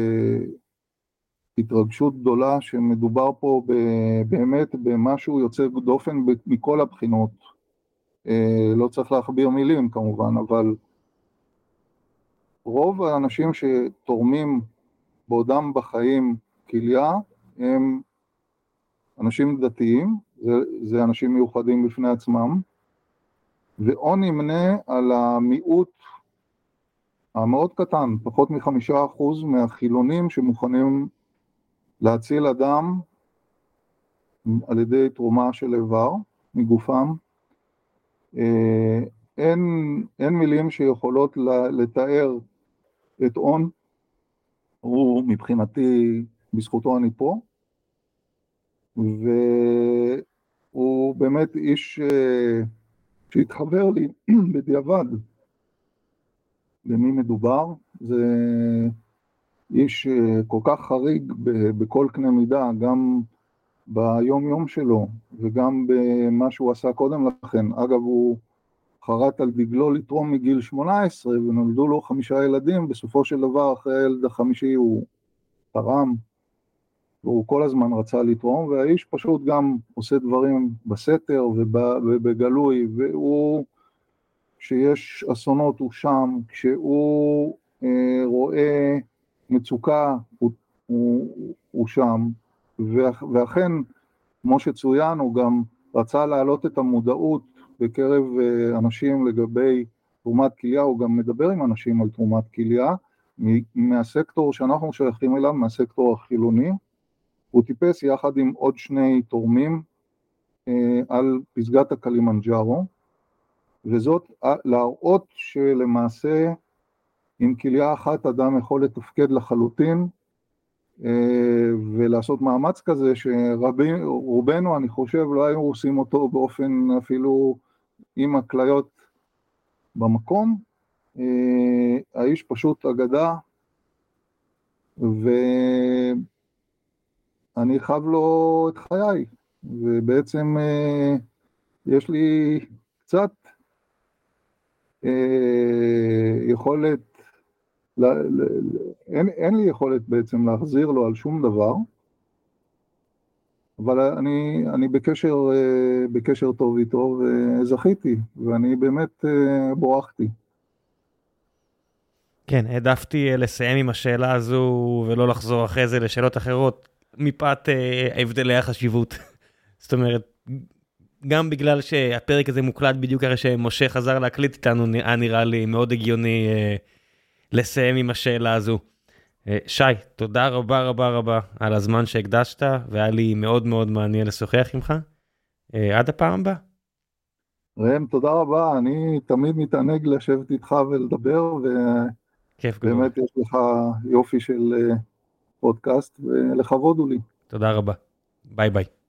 ובהתרגשות גדולה, שמדובר פה באמת במשהו יוצא דופן מכל הבחינות. לא צריך להכביר מילים כמובן, אבל רוב האנשים שתורמים בעודם בחיים כליה הם אנשים דתיים, זה, זה אנשים מיוחדים בפני עצמם, ואו נמנה על המיעוט המאוד קטן, פחות מחמישה אחוז מהחילונים שמוכנים להציל אדם על ידי תרומה של איבר מגופם. אין, אין מילים שיכולות לתאר את און, הוא מבחינתי, בזכותו אני פה, והוא באמת איש שהתחבר לי בדיעבד למי מדובר. זה איש כל כך חריג בכל קנה מידה, גם ביום יום שלו וגם במה שהוא עשה קודם לכן. אגב, הוא חרט על דגלו לתרום מגיל שמונה עשרה ונולדו לו חמישה ילדים, בסופו של דבר אחרי הילד החמישי הוא תרם, והוא כל הזמן רצה לתרום, והאיש פשוט גם עושה דברים בסתר ובגלוי, והוא, כשיש אסונות הוא שם, כשהוא אה, רואה מצוקה הוא, הוא, הוא שם, ואכן, כמו שצוין, הוא גם רצה להעלות את המודעות בקרב אנשים לגבי תרומת כליה, הוא גם מדבר עם אנשים על תרומת כליה, מהסקטור שאנחנו שייכים אליו, מהסקטור החילוני. הוא טיפס יחד עם עוד שני תורמים אה, על פסגת הקלימנג'ארו, וזאת להראות שלמעשה עם כליה אחת אדם יכול לתפקד לחלוטין, אה, ולעשות מאמץ כזה שרובנו, אני חושב, לא היו עושים אותו באופן אפילו עם הכליות במקום. אה, האיש פשוט אגדה, ואני חייב לו את חיי, ובעצם אה, יש לי קצת אה, יכולת, ל, ל, אין, אין לי יכולת בעצם להחזיר לו על שום דבר, אבל אני, אני בקשר, אה, בקשר טוב איתו וזכיתי, ואני באמת אה, בורחתי. כן, העדפתי לסיים עם השאלה הזו ולא לחזור אחרי זה לשאלות אחרות, מפאת הבדלי החשיבות. זאת אומרת, גם בגלל שהפרק הזה מוקלט בדיוק אחרי שמשה חזר להקליט איתנו, היה נראה לי מאוד הגיוני לסיים עם השאלה הזו. שי, תודה רבה רבה רבה על הזמן שהקדשת, והיה לי מאוד מאוד מעניין לשוחח עמך. עד הפעם הבאה. ראם, תודה רבה, אני תמיד מתענג לשבת איתך ולדבר, ובאמת יש לך יופי של פודקאסט, ולכבוד הוא לי. תודה רבה, ביי ביי.